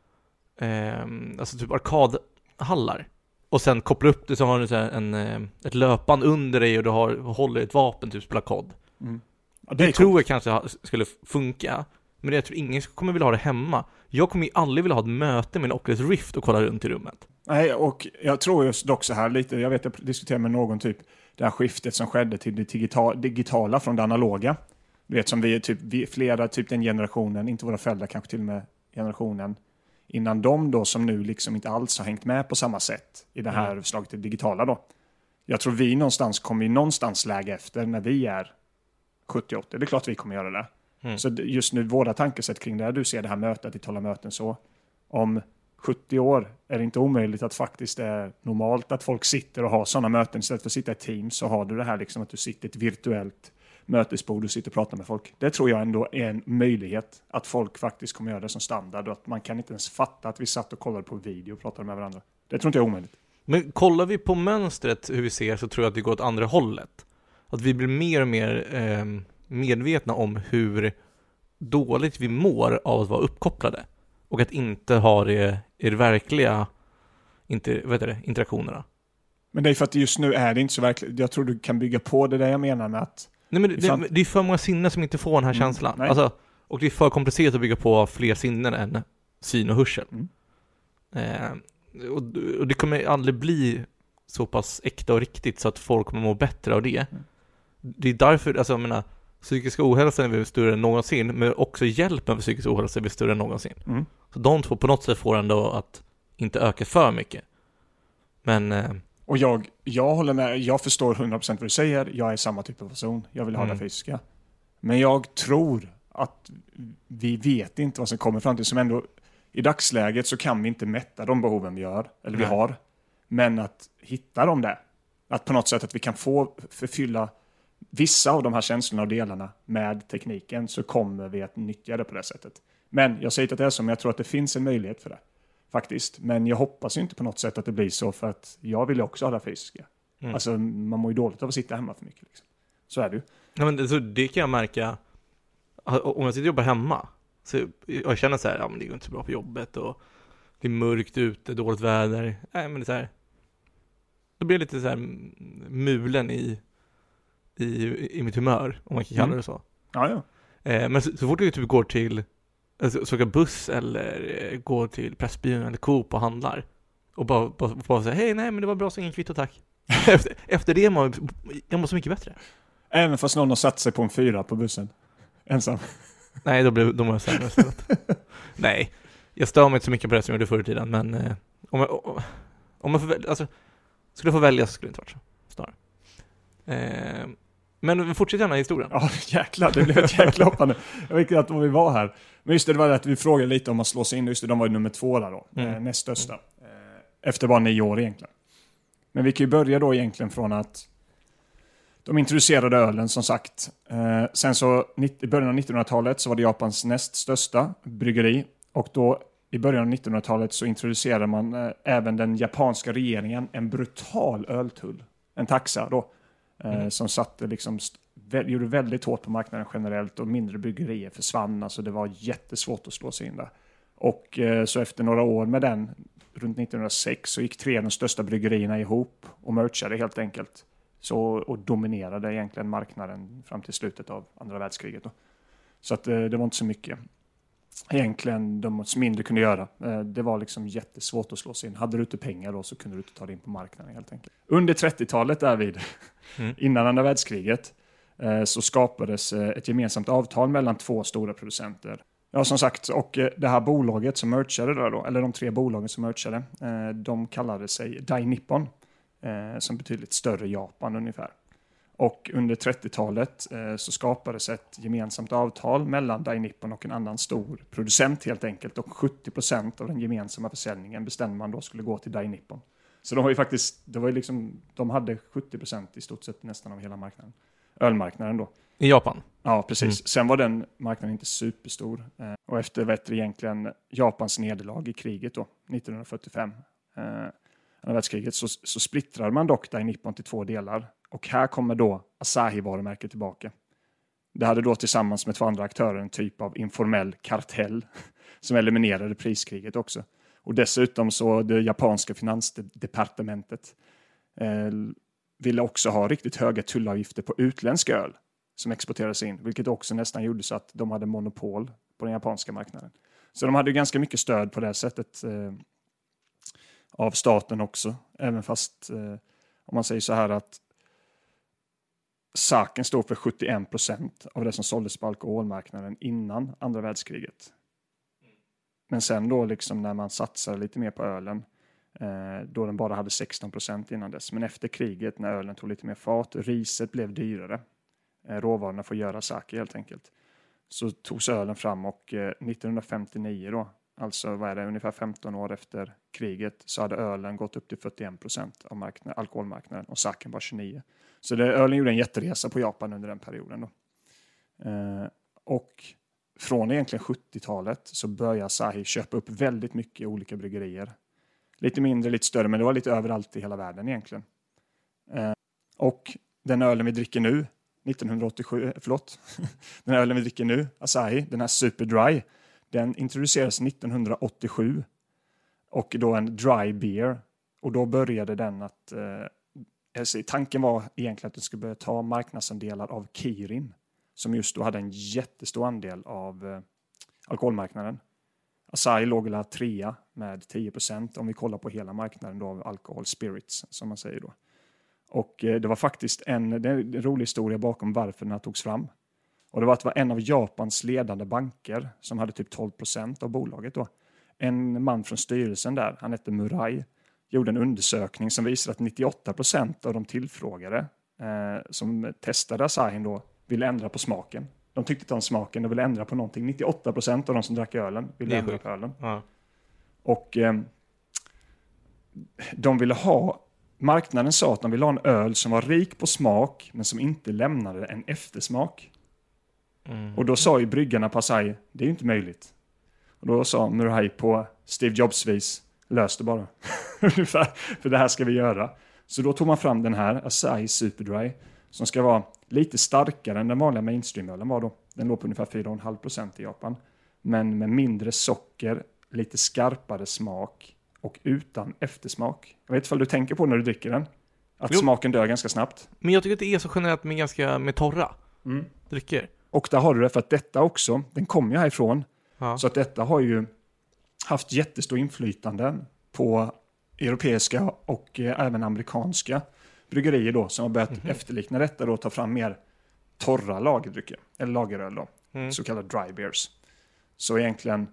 [SPEAKER 1] eh, alltså typ arkadhallar. Och sen kopplar upp det, så har du så här en, ett löpband under dig och du har, håller ett vapen, typ spelar kod. Mm. Ja, det, det tror jag kanske skulle funka. Men jag tror ingen kommer vilja ha det hemma. Jag kommer ju aldrig vilja ha ett möte med en Oculus Rift och kolla runt i rummet.
[SPEAKER 2] Nej, och jag tror just dock så här lite, jag vet jag diskuterade med någon typ det här skiftet som skedde till det digitala, digitala från det analoga. Du vet, som vi är typ, vi, flera, typ den generationen, inte våra föräldrar, kanske till och med generationen innan de då, som nu liksom inte alls har hängt med på samma sätt i det här mm. slaget till digitala då. Jag tror vi någonstans kommer ju någonstans läge efter när vi är sjuttio åttio. Det är klart vi kommer göra det. Mm. Så just nu, våra tankesätt kring det här, du ser det här mötet, digitala möten så. Om sjuttio år är det inte omöjligt att faktiskt det är normalt att folk sitter och har sådana möten. Istället för att sitta i Teams så har du det här liksom att du sitter i ett virtuellt mötesbord och sitter och pratar med folk. Det tror jag ändå är en möjlighet att folk faktiskt kommer göra det som standard och att man kan inte ens fatta att vi satt och kollade på video och pratade med varandra. Det tror inte jag är omöjligt.
[SPEAKER 1] Men kollar vi på mönstret hur vi ser, så tror jag att det går åt andra hållet. Att vi blir mer och mer eh, medvetna om hur dåligt vi mår av att vara uppkopplade och att inte ha det i det verkliga inte, vad heter det, interaktionerna. Men
[SPEAKER 2] det är för att just nu är det inte så verkligt. Jag tror du kan bygga på det där jag menar med att
[SPEAKER 1] nej, men det, det, det är för många sinnen som inte får den här mm, känslan. Alltså, och det är för komplicerat att bygga på fler sinnen än syn och hörsel. Mm. Eh, och, och det kommer aldrig bli så pass äkta och riktigt så att folk kommer må bättre av det. Mm. det är därför, alltså jag menar, psykisk ohälsa är väl större än någonsin, men också hjälpen för psykisk ohälsa är väl större än någonsin.
[SPEAKER 2] Mm.
[SPEAKER 1] Så de två på något sätt får ändå att inte öka för mycket. Men... Eh,
[SPEAKER 2] och jag, jag håller med, jag förstår hundra procent vad du säger, jag är samma typ av person, jag vill ha
[SPEAKER 1] mm.
[SPEAKER 2] det fysiska. Men jag tror att vi vet inte vad som kommer fram till, som ändå i dagsläget så kan vi inte mätta de behoven vi gör, eller vi
[SPEAKER 1] Nej.
[SPEAKER 2] har. Men att hitta dem där, att på något sätt att vi kan få förfylla vissa av de här känslorna och delarna med tekniken, så kommer vi att nyttja det på det sättet. Men jag säger inte att det är så, men jag tror att det finns en möjlighet för det. Faktiskt. Men jag hoppas ju inte på något sätt att det blir så, för att jag vill också ha det fysiska. Mm. Alltså man mår ju dåligt av att sitta hemma för mycket. Liksom. Så är det ju.
[SPEAKER 1] Ja, men det, så det kan jag märka om jag sitter och jobbar hemma. Så jag känner så här, ja men det går inte så bra på jobbet och det är mörkt ute, dåligt väder. Nej, men det är så här. Då blir det lite så här mulen i i, i mitt humör, om man kan kalla
[SPEAKER 2] mm.
[SPEAKER 1] det så.
[SPEAKER 2] Ja, ja.
[SPEAKER 1] Eh, men så, så fort du typ går till alltså, så åka buss eller eh, går till Pressbyrån eller Coop och handlar och bara, bara, bara säga, hej nej men det var bra så ingen kvitto tack. efter, efter det man, jag mår så mycket bättre.
[SPEAKER 2] Även fast någon har satt sig på en fyra på bussen. Ensam.
[SPEAKER 1] Nej, då blev de var sämre istället. Nej, jag stör mig inte så mycket på det som jag gjorde förr i tiden, men eh, om jag, om, om jag får välja, alltså, skulle jag få välja så skulle det inte varit så. Snarare. Eh, men fortsätt gärna historien.
[SPEAKER 2] Ja, jäklar, det blev ett jäkla hoppande. Jag vet inte att vi var här. Men just det, det var det att vi frågade lite om man slår sig in. Just det, de var ju nummer två där då. Mm. Eh, näst största. Mm. Eh, efter bara nio år egentligen. Men vi kan ju börja då egentligen från att de introducerade ölen som sagt. Eh, sen så i början av nittonhundratalet så var det Japans näst största bryggeri. Och då i början av nittonhundratalet så introducerade man eh, även den japanska regeringen en brutal öltull. En taxa då. Eh, mm. Som satte liksom st- vä- gjorde väldigt hårt på marknaden generellt och mindre bryggerier försvann. Alltså det var jättesvårt att slå sig in där. Och eh, så efter några år med den, runt nittonhundrasex, så gick tre av de största bryggerierna ihop och merchade helt enkelt. Så, och dominerade egentligen marknaden fram till slutet av andra världskriget. Då. Så att eh, det var inte så mycket egentligen de som mindre kunde göra. Eh, det var liksom jättesvårt att slå sig in. Hade du inte pengar då så kunde du inte ta dig in på marknaden helt enkelt. Under trettiotalet därvid, mm. innan andra världskriget, eh, så skapades eh, ett gemensamt avtal mellan två stora producenter. Ja, som sagt, och eh, det här bolaget som merchade där då, eller de tre bolagen som merchade, eh, de kallade sig Dai Nippon, eh, som betydligt större Japan ungefär. Och under trettiotalet eh, så skapades ett gemensamt avtal mellan Dai Nippon och en annan stor producent helt enkelt. Och sjuttio procent av den gemensamma försäljningen bestämde man då skulle gå till Dai Nippon. Så de var ju faktiskt, det var ju liksom, de hade sjuttio procent i stort sett nästan av hela marknaden. Ölmarknaden då.
[SPEAKER 1] I Japan?
[SPEAKER 2] Ja, precis. Mm. Sen var den marknaden inte superstor. Eh, och efter vet du, egentligen Japans nederlag i kriget då, nittonhundrafyrtiofem, eh, andra världskriget, så, så splittrade man dock Dai Nippon till två delar. Och här kommer då Asahi-varumärket tillbaka. Det hade då tillsammans med två andra aktörer en typ av informell kartell som eliminerade priskriget också. Och dessutom så det japanska finansdepartementet eh, ville också ha riktigt höga tullavgifter på utländsk öl som exporterades in, vilket också nästan gjorde så att de hade monopol på den japanska marknaden. Så de hade ganska mycket stöd på det sättet eh, av staten också, även fast eh, om man säger så här att saken stod för sjuttioen procent av det som såldes på alkoholmarknaden innan andra världskriget. Men sen då liksom när man satsade lite mer på ölen, eh, då den bara hade sexton procent innan dess. Men efter kriget när ölen tog lite mer fart, riset blev dyrare. Eh, råvarorna får göra sake helt enkelt. Så togs ölen fram och eh, nittonhundrafemtionio då, alltså vad är det, ungefär femton år efter kriget, så hade ölen gått upp till fyrtioen procent av marknaden, alkoholmarknaden och saken var tjugonio. Så det, ölen gjorde en jätteresa på Japan under den perioden då. Eh, och från egentligen sjuttiotalet så började Asahi köpa upp väldigt mycket olika bryggerier. Lite mindre, lite större, men det var lite överallt i hela världen egentligen. Eh, och den ölen vi dricker nu, nittonhundraåttiosju, förlåt, den ölen vi dricker nu, Asahi, den här Super Dry, den introducerades nittonhundraåttiosju och då en dry beer. Och då började den att, eh, tanken var egentligen att den skulle börja ta marknadsandelar av Kirin, som just då hade en jättestor andel av eh, alkoholmarknaden. Asahi låg där trea med tio procent om vi kollar på hela marknaden då av alkohol spirits som man säger då. Och eh, det var faktiskt en, det är en rolig historia bakom varför den här togs fram. Och det var att det var en av Japans ledande banker som hade typ tolv procent av bolaget då. En man från styrelsen där, han hette Murai, gjorde en undersökning som visade att nittioåtta procent av de tillfrågade eh, som testade Asahin då ville ändra på smaken. De tyckte inte om smaken, de ville ändra på någonting. nittioåtta procent av de som drack ölen ville ändra på ölen.
[SPEAKER 1] Ja.
[SPEAKER 2] Och eh, de ville ha, marknaden sa att de ville ha en öl som var rik på smak men som inte lämnade en eftersmak. Mm. Och då sa ju bryggarna på Asahi, det är ju inte möjligt. Och då sa Murai på Steve Jobs vis, lös det bara. För det här ska vi göra. Så då tog man fram den här, Asahi Super Dry, som ska vara lite starkare än den vanliga mainstream-ölen var då. Den låg på ungefär fyra komma fem procent i Japan. Men med mindre socker, lite skarpare smak och utan eftersmak. Jag vet inte om du tänker på när du dricker den. Att jo. smaken dör ganska snabbt.
[SPEAKER 1] Men jag tycker att det är så generellt med ganska med torra
[SPEAKER 2] mm.
[SPEAKER 1] drycker.
[SPEAKER 2] Och där har du det för att detta också, den kommer ju härifrån. Ja. Så att detta har ju haft jättestor inflytande på europeiska och eh, även amerikanska bryggerier då som har börjat mm-hmm. efterlikna detta då ta fram mer torra lagerdrycker eller lageröl då, mm. så kallade dry beers. Så egentligen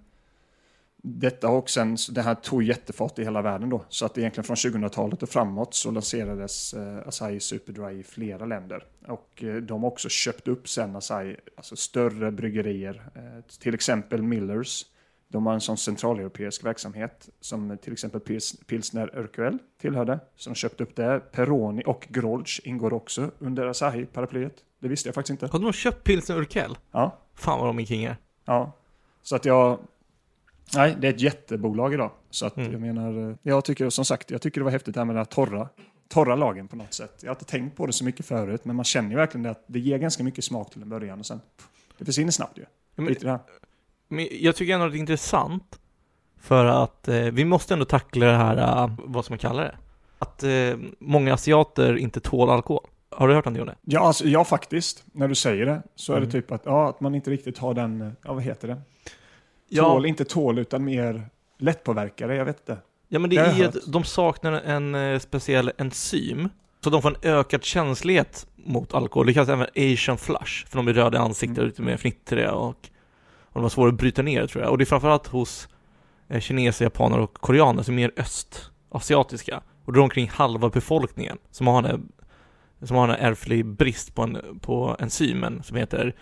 [SPEAKER 2] detta och sen det här tog jättefart i hela världen då, så att egentligen från tjugohundratalet och framåt så lanserades eh, Asahi Super Dry i flera länder och eh, de har också köpt upp sen Asahi, alltså större bryggerier, eh, till exempel Millers. De har en sån centraleuropeisk verksamhet som till exempel Pils- Pilsner Urquell tillhörde. Så de köpte upp det. Peroni och Grolsch ingår också under Asahi-paraplyet. Det visste jag faktiskt inte.
[SPEAKER 1] Har de köpt Pilsner Urquell?
[SPEAKER 2] Ja.
[SPEAKER 1] Fan vad de är kingar.
[SPEAKER 2] Ja. Så att jag... Nej, det är ett jättebolag idag. Så att mm. jag menar... Jag tycker som sagt, jag tycker det var häftigt det här med den här torra, torra lagen på något sätt. Jag har inte tänkt på det så mycket förut. Men man känner ju verkligen det att det ger ganska mycket smak till en början. Och sen... Det försvinner snabbt ju.
[SPEAKER 1] Ja, men... det Men jag tycker ändå att det är intressant för att eh, vi måste ändå tackla det här, uh, vad som man kallar det. Att eh, många asiater inte tål alkohol. Har du hört om det, Jonne?
[SPEAKER 2] Ja, alltså, ja, faktiskt. När du säger det så mm. är det typ att, ja, att man inte riktigt har den, ja vad heter det? Tål, ja. Inte tål utan mer lättpåverkade, jag vet inte.
[SPEAKER 1] Ja, men det är ju att de saknar en eh, speciell enzym. Så de får en ökad känslighet mot alkohol. Det kallas även Asian flush. För de blir röda i ansiktet mm. lite mer fnittriga och Och de var svåra att bryta ner, tror jag. Och det är framförallt hos eh, kineser, japaner och koreaner som är mer östasiatiska. Och det är omkring halva befolkningen som har en, som har en ärftlig brist på, en, på enzymen som heter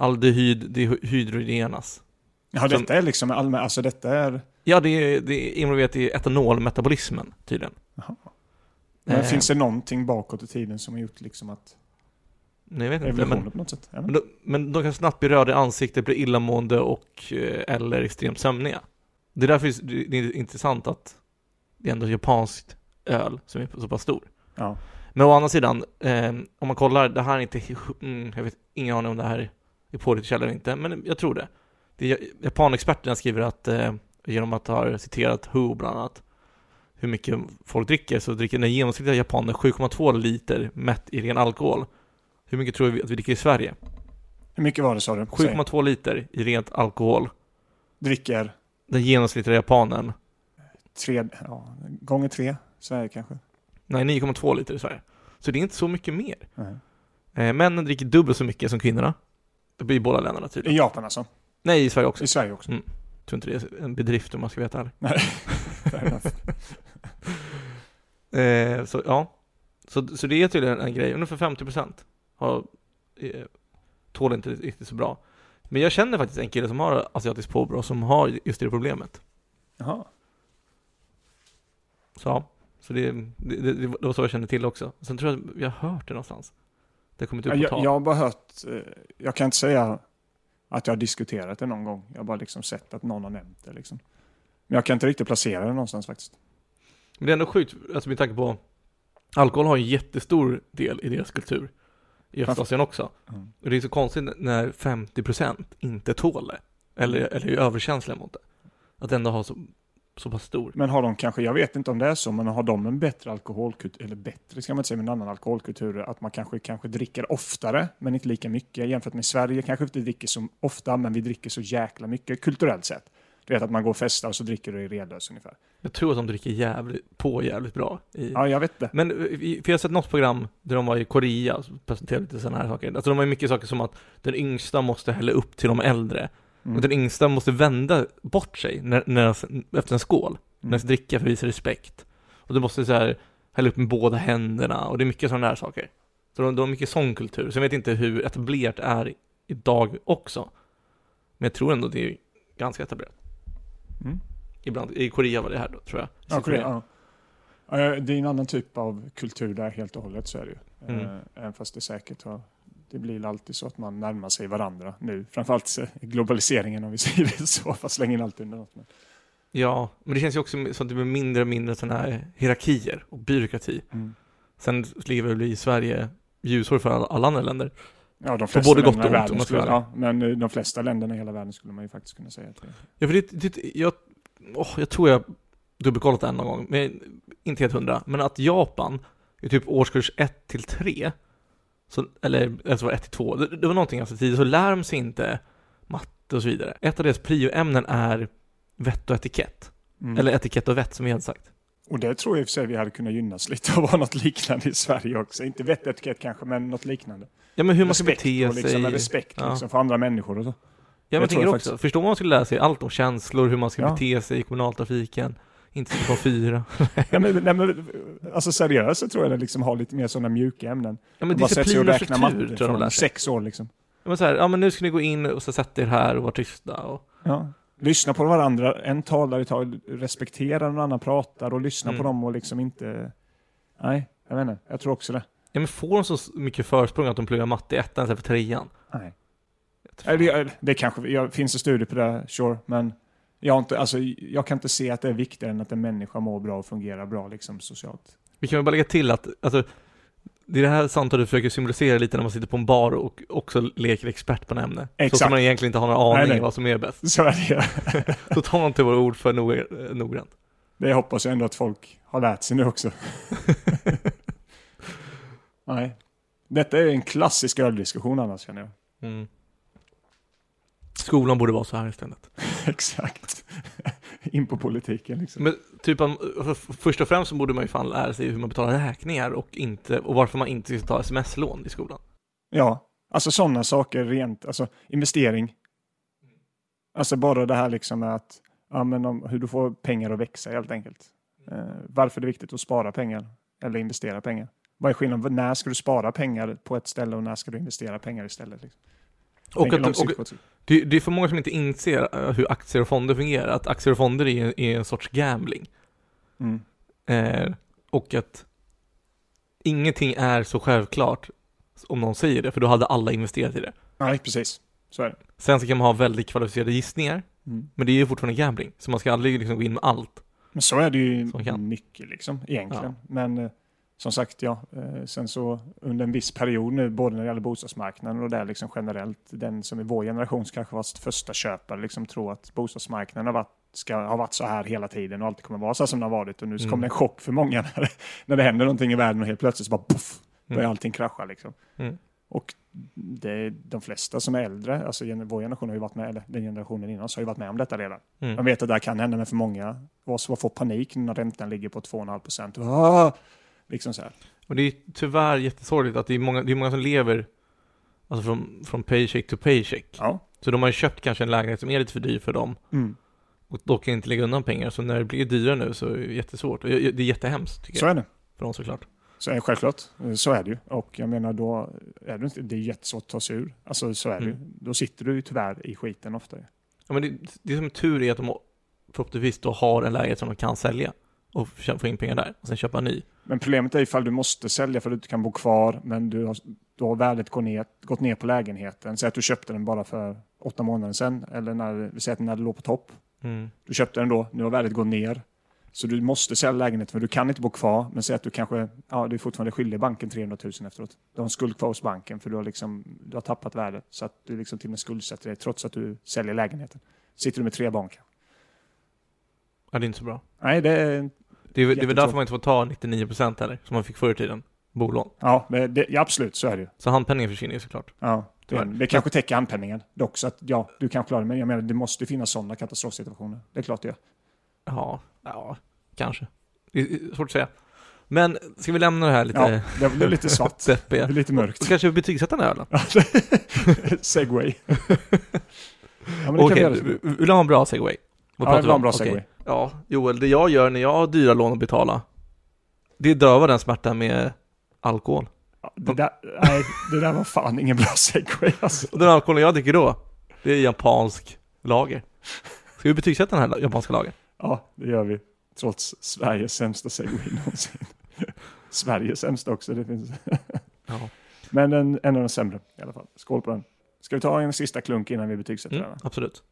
[SPEAKER 1] aldehyd-dehydrogenas.
[SPEAKER 2] Ja, detta som, är liksom allmän, alltså detta är...
[SPEAKER 1] Ja, det är, det är involverat i etanolmetabolismen, tydligen.
[SPEAKER 2] Jaha. Men eh, finns det någonting bakåt i tiden som har gjort liksom att...
[SPEAKER 1] Nej, jag vet inte, men,
[SPEAKER 2] på något sätt.
[SPEAKER 1] Men, de, men de kan snabbt bli röda i ansiktet, bli illamående och, eller extremt sömniga. Det är därför det är intressant att det är ändå japanskt öl som är så pass stor.
[SPEAKER 2] Ja.
[SPEAKER 1] Men å andra sidan, eh, om man kollar, det här är inte, mm, jag vet ingen aning om det här är pålitligt eller inte, men jag tror det. det är, Japanexperterna skriver att, eh, genom att ha citerat Who bland annat, hur mycket folk dricker, så dricker den genomsnittliga japaner sju komma två liter mätt i ren alkohol. Hur mycket tror vi att vi dricker i Sverige?
[SPEAKER 2] Hur mycket var det, sa du?
[SPEAKER 1] sju komma två liter i rent alkohol.
[SPEAKER 2] Dricker?
[SPEAKER 1] Den genomsnittliga japanen.
[SPEAKER 2] Tre, ja, gånger tre. Sverige kanske?
[SPEAKER 1] Nej, nio komma två liter i Sverige. Så det är inte så mycket mer.
[SPEAKER 2] Mm.
[SPEAKER 1] Eh, männen dricker dubbelt så mycket som kvinnorna. Det blir i båda länderna tydligen.
[SPEAKER 2] I Japan alltså?
[SPEAKER 1] Nej, i Sverige också.
[SPEAKER 2] I Sverige också.
[SPEAKER 1] Mm. Jag tror inte det är en bedrift om man ska veta här.
[SPEAKER 2] Nej,
[SPEAKER 1] eh, så ja. Så, så det är tydligen en grej. Ungefär femtio procent har, eh, tål inte riktigt så bra. Men jag känner faktiskt en kille som har asiatisk påbrå som har just det problemet.
[SPEAKER 2] Jaha.
[SPEAKER 1] Så, så det, det, det, det var så jag kände till också. Sen tror jag vi har hört det någonstans. Det har kommit upp på
[SPEAKER 2] jag,
[SPEAKER 1] tal.
[SPEAKER 2] jag har bara hört, jag kan inte säga att jag har diskuterat det någon gång. Jag har bara liksom sett att någon har nämnt det liksom. Men jag kan inte riktigt placera det någonstans faktiskt.
[SPEAKER 1] Men det är ändå sjukt, alltså med tanke på alkohol har en jättestor del i deras kultur. I Östasien också. Mm. Och det är så konstigt när femtio procent inte tål det. Eller, eller är överkänsliga mot det. Att ändå ha så, så pass stor.
[SPEAKER 2] Men har de kanske, jag vet inte om det är så, men har de en bättre alkoholkultur, eller bättre ska man inte säga, men en annan alkoholkultur, att man kanske, kanske dricker oftare, men inte lika mycket. Jämfört med Sverige kanske inte dricker så ofta, men vi dricker så jäkla mycket kulturellt sett. Du vet att man går och festar och så dricker du i redlös ungefär.
[SPEAKER 1] Jag tror att de dricker jävligt, på jävligt bra. I...
[SPEAKER 2] Ja, jag vet det.
[SPEAKER 1] Men för jag har sett något program där de var i Korea och presenterade lite sådana här saker. Alltså de har mycket saker som att den yngsta måste hälla upp till de äldre. Mm. Och den yngsta måste vända bort sig när, när, efter en skål. Mm. När de ska dricka för att visa respekt. Och du måste så här hälla upp med båda händerna. Och det är mycket sådana här saker. Så de, de har mycket sångkultur. Så jag vet inte hur etablerat det är idag också. Men jag tror ändå det är ganska etablerat. Mm. Ibland, i Korea var det här då, tror jag.
[SPEAKER 2] Ja, Korea, ja. Det är en annan typ av kultur där helt och hållet, så är det ju. Mm. Även fast det säkert har, det blir alltid så att man närmar sig varandra nu. Framförallt globaliseringen, om vi säger det så, fast slänger in allt under något. Men...
[SPEAKER 1] Ja, men det känns ju också som att det blir mindre och mindre sådana här hierarkier och byråkrati. Mm. Sen ligger vi i Sverige ljusår för alla, alla andra länder.
[SPEAKER 2] Ja, de flesta både gott och ont, om skulle, ja, men de flesta länderna i hela världen skulle man ju faktiskt kunna säga. Att det...
[SPEAKER 1] Ja, för det, det, jag, oh, jag tror jag dubbelkollat det en gång, men inte helt hundra. Men att Japan i typ årskurs ett till tre, så, eller alltså var ett till två, det, det var någonting alltså tidigt, så lär de sig inte matte och så vidare. Ett av deras prioämnen är vett och etikett. Mm. Eller etikett och vett, som vi hade sagt.
[SPEAKER 2] Och det tror jag i och för sig vi hade kunnat gynnas lite av något liknande i Sverige också. Inte vett och etikett kanske, men något liknande.
[SPEAKER 1] Ja, men hur man ska bete sig.
[SPEAKER 2] Och liksom med respekt ja. liksom, för andra människor och så.
[SPEAKER 1] Ja, men jag tänker också. Faktiskt... Förstår man skulle lära sig allt om känslor, hur man ska ja. bete sig i kommunaltrafiken. Inte på fyra.
[SPEAKER 2] ja, men, nej, men, alltså seriöst så tror jag det liksom har lite mer sådana mjuka ämnen.
[SPEAKER 1] Ja, men disciplin och struktur tror jag de
[SPEAKER 2] sex år liksom.
[SPEAKER 1] Ja, men så här, ja, men nu ska ni gå in och så sätta er här och vara tysta. Och...
[SPEAKER 2] Ja. Lyssna på varandra. En talar i tal, respektera när någon annan pratar och lyssna mm. på dem och liksom inte... Nej, jag vet inte. Jag tror också det.
[SPEAKER 1] Ja, men får de så mycket försprång att de pluggar matte i ettan istället för trean?
[SPEAKER 2] Nej. Det, det kanske, jag, finns en studie på det, sure, men jag, har inte, alltså, jag kan inte se att det är viktigare än att en människa mår bra och fungerar bra liksom, socialt.
[SPEAKER 1] Vi kan väl bara lägga till att alltså, det är det här samtalet du försöker symbolisera lite när man sitter på en bar och också leker expert på en ämne. Exakt. Så som man egentligen inte har någon aning om vad som är bäst.
[SPEAKER 2] Så är det.
[SPEAKER 1] Så tar man inte våra ord för nog, noggrant.
[SPEAKER 2] Det hoppas jag ändå att folk har lärt sig nu också. Nej. Detta är en klassisk öldiskussion annars, känner jag. Mm.
[SPEAKER 1] Skolan borde vara så här istället.
[SPEAKER 2] Exakt. In på politiken liksom.
[SPEAKER 1] Men typ, först och främst så borde man ju fan lära sig hur man betalar räkningar och, inte, och varför man inte ska ta sms-lån i skolan.
[SPEAKER 2] Ja, alltså sådana saker rent, alltså investering. Alltså bara det här liksom med att, ja, men om, hur du får pengar att växa helt enkelt. Eh, varför det är viktigt att spara pengar eller investera pengar. Vad är skillnaden? När ska du spara pengar på ett ställe och när ska du investera pengar istället? Liksom?
[SPEAKER 1] Och, att, och det, det är för många som inte inser hur aktier och fonder fungerar. Att aktier och fonder är, är en sorts gambling. Mm. Eh, och att ingenting är så självklart om någon säger det. För då hade alla investerat i det.
[SPEAKER 2] Nej, precis. Så är det.
[SPEAKER 1] Sen så kan man ha väldigt kvalificerade gissningar. Mm. Men det är ju fortfarande gambling. Så man ska aldrig liksom gå in med allt.
[SPEAKER 2] Men så är det ju mycket liksom, egentligen. Ja. Men... Som sagt, ja. Sen så under en viss period nu, både när det gäller bostadsmarknaden och där liksom generellt, den som i vår generation kanske var första köpare, liksom tror att bostadsmarknaden har varit, ska ha varit så här hela tiden och alltid kommer vara så här som det har varit. Och nu så kommer mm. en chock för många när det, när det händer någonting i världen och helt plötsligt så bara puff, börjar mm. allting krascha liksom. Mm. Och det är de flesta som är äldre, alltså vår generation har ju varit med, eller den generationen innan så har ju varit med om detta redan. Mm. Man vet att det här kan hända, men för många var får panik när räntan ligger på två komma fem procent. Ah! Liksom så här.
[SPEAKER 1] Och det är tyvärr jättesorgligt att det är många, det är många som lever alltså från, från paycheck to paycheck. Ja. Så de har ju köpt kanske en lägenhet som är lite för dyr för dem. Mm. Och då kan inte lägga undan pengar. Så när det blir dyrare nu så är det jättesvårt. Och det är jättehemskt tycker
[SPEAKER 2] så
[SPEAKER 1] jag.
[SPEAKER 2] Så är det.
[SPEAKER 1] För dem såklart.
[SPEAKER 2] Så är det självklart. Så är det ju. Och jag menar då är det, inte, det är jättesvårt att ta sig ur. Alltså så är det mm. ju. Då sitter du ju tyvärr i skiten ofta.
[SPEAKER 1] Ja, men det, det som är tur är att de förhoppningsvis då har en lägenhet som de kan sälja. Och få in pengar där och sen köpa en ny.
[SPEAKER 2] Men problemet är ifall du måste sälja för att du inte kan bo kvar, men du har, du har värdet gått ner, gått ner på lägenheten. Säg att du köpte den bara för åtta månader sedan, eller när, vi säger att när det låg på topp. Mm. Du köpte den då, nu har värdet gått ner. Så du måste sälja lägenheten för du kan inte bo kvar, men säg att du kanske, ja, du är fortfarande skyldig banken trehundratusen efteråt. Du har en skuld kvar hos banken för du har, liksom, du har tappat värdet. Så att du liksom till och med skuldsätter dig trots att du säljer lägenheten. Sitter du med tre barn kanske.
[SPEAKER 1] Ja, det är inte så bra.
[SPEAKER 2] Nej, det är...
[SPEAKER 1] Det är, det är väl därför man inte får ta nittionio procent heller, som man fick förr i tiden. Bolån.
[SPEAKER 2] Ja, det, det, ja, absolut, så är det ju.
[SPEAKER 1] Så handpenningen försvinner ju såklart.
[SPEAKER 2] Ja. Det, det kanske täcker anpenningen dock, så att ja, du kan klara det, men jag menar det måste finnas sådana katastrofsituationer. Det är klart det gör.
[SPEAKER 1] Ja, ja, kanske. Det är svårt att säga. Men ska vi lämna det här lite...
[SPEAKER 2] Ja, det blir lite svart. Det är lite mörkt.
[SPEAKER 1] Och kanske vi betygsätta den här ölen?
[SPEAKER 2] Segway. Ja,
[SPEAKER 1] Okej, okay, vill du ha en bra segway?
[SPEAKER 2] Vad ja, jag vill ha en bra segway.
[SPEAKER 1] Okay. Ja, Joel, det jag gör när jag har dyra lån att betala, det dövar den smärtan med alkohol.
[SPEAKER 2] Ja, det, där, nej, det där var fan ingen bra segway alltså.
[SPEAKER 1] Och den alkoholen jag dricker då, det är japansk lager. Ska vi betygsätta den här japanska lager?
[SPEAKER 2] Ja, det gör vi. Trots Sveriges sämsta segway någonsin. Sveriges sämsta också, det finns.
[SPEAKER 1] Ja.
[SPEAKER 2] Men en, en av de sämre i alla fall. Skål på den. Ska vi ta en sista klunk innan vi betygsätter
[SPEAKER 1] mm,
[SPEAKER 2] den?
[SPEAKER 1] Absolut.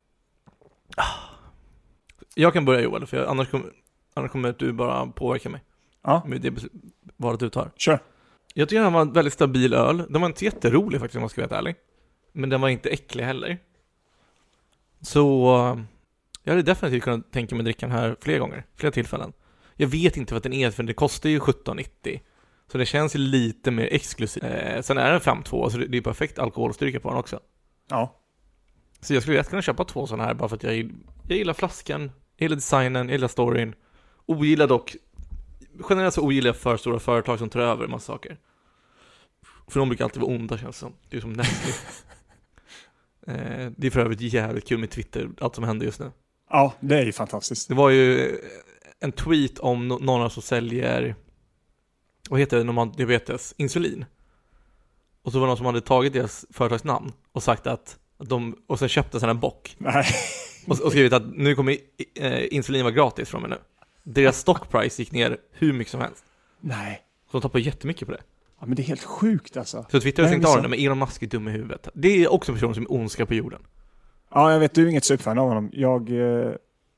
[SPEAKER 1] Jag kan börja, Joel, för annars kommer, annars kommer du bara påverka mig.
[SPEAKER 2] Ja.
[SPEAKER 1] Med det valet du tar.
[SPEAKER 2] Kör.
[SPEAKER 1] Jag tycker den var en väldigt stabil öl. Den var inte jätterolig faktiskt, om man ska vara ärlig. Men den var inte äcklig heller. Så jag hade definitivt kunnat tänka mig dricka den här flera gånger. Flera tillfällen. Jag vet inte vad den är, för det kostar ju sjutton nittio. Så det känns ju lite mer exklusivt. Eh, sen är den fem komma två, så det är perfekt alkoholstyrka på den också.
[SPEAKER 2] Ja.
[SPEAKER 1] Så jag skulle rätt kunna köpa två sådana här bara för att jag, jag gillar flaskan, jag gillar designen, jag gillar storyn. Ogillar dock, generellt så ogillar jag för stora företag som tar över en massa saker. För de brukar alltid vara onda, känns som. Det är som Nestlé. eh, det är för övrigt jävligt kul med Twitter, allt som händer just nu.
[SPEAKER 2] Ja, det är ju fantastiskt.
[SPEAKER 1] Det var ju en tweet om no- några som säljer, vad heter det när man diabetes? Insulin. Och så var det någon som hade tagit deras företagsnamn och sagt att de, och sen köpte en bock.
[SPEAKER 2] Nej.
[SPEAKER 1] Och, och skrivit att nu kommer eh, insulin vara gratis från mig nu. Deras stockprice gick ner hur mycket som helst.
[SPEAKER 2] Nej.
[SPEAKER 1] Så de tappade jättemycket på det.
[SPEAKER 2] Ja, men det är helt sjukt alltså.
[SPEAKER 1] Så Twitter har inte det, men Elon Musk är dum i huvudet. Det är också en person som är ondska på jorden.
[SPEAKER 2] Ja, jag vet, du är inget superfan av honom. Jag... Eh...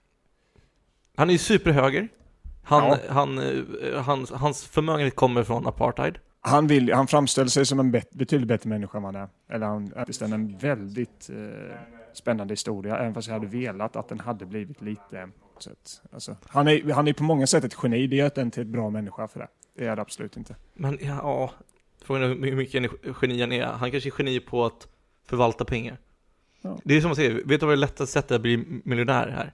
[SPEAKER 1] Han är ju superhöger. Han,
[SPEAKER 2] ja.
[SPEAKER 1] han, eh, hans, hans förmögenhet kommer från apartheid.
[SPEAKER 2] Han, vill, han framställer sig som en bet- betydligt bättre människa än man är. Eller han bestämmer en väldigt eh, spännande historia. Även fast jag hade velat att den hade blivit lite... Sätt. Alltså, han, är, han är på många sätt ett geni. Det gör inte en till ett bra människa för det. Det är det absolut inte.
[SPEAKER 1] Men ja, ja, frågan är hur mycket geni han är. Han kanske är geni på att förvalta pengar. Ja. Det är som att säga, vet du vad det lättaste sättet att bli miljonär här?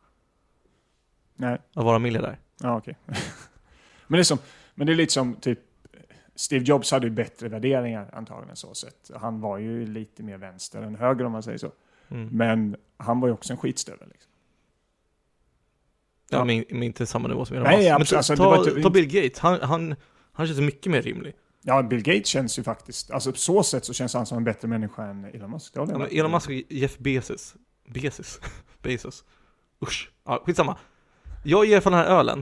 [SPEAKER 2] Nej.
[SPEAKER 1] Att vara miljardär.
[SPEAKER 2] Ja, okej. Okay. men, det är som, men det är lite som typ Steve Jobs hade ju bättre värderingar antagligen så sätt. Han var ju lite mer vänster än höger om man säger så. Mm. Men han var ju också en skitstövel liksom.
[SPEAKER 1] Ja, men, men inte samma nivå som Elon
[SPEAKER 2] Nej,
[SPEAKER 1] Musk.
[SPEAKER 2] absolut,
[SPEAKER 1] Men
[SPEAKER 2] alltså,
[SPEAKER 1] ta,
[SPEAKER 2] typ,
[SPEAKER 1] ta Bill Gates, han, han, han känns mycket mer rimlig.
[SPEAKER 2] Ja, Bill Gates känns ju faktiskt, alltså på så sätt så känns han som en bättre människa än Elon Musk. Ja,
[SPEAKER 1] men Elon Musk och Jeff Bezos. Bezos. Bezos. Usch. Ja, skitsamma. Jag ger för den här ölen.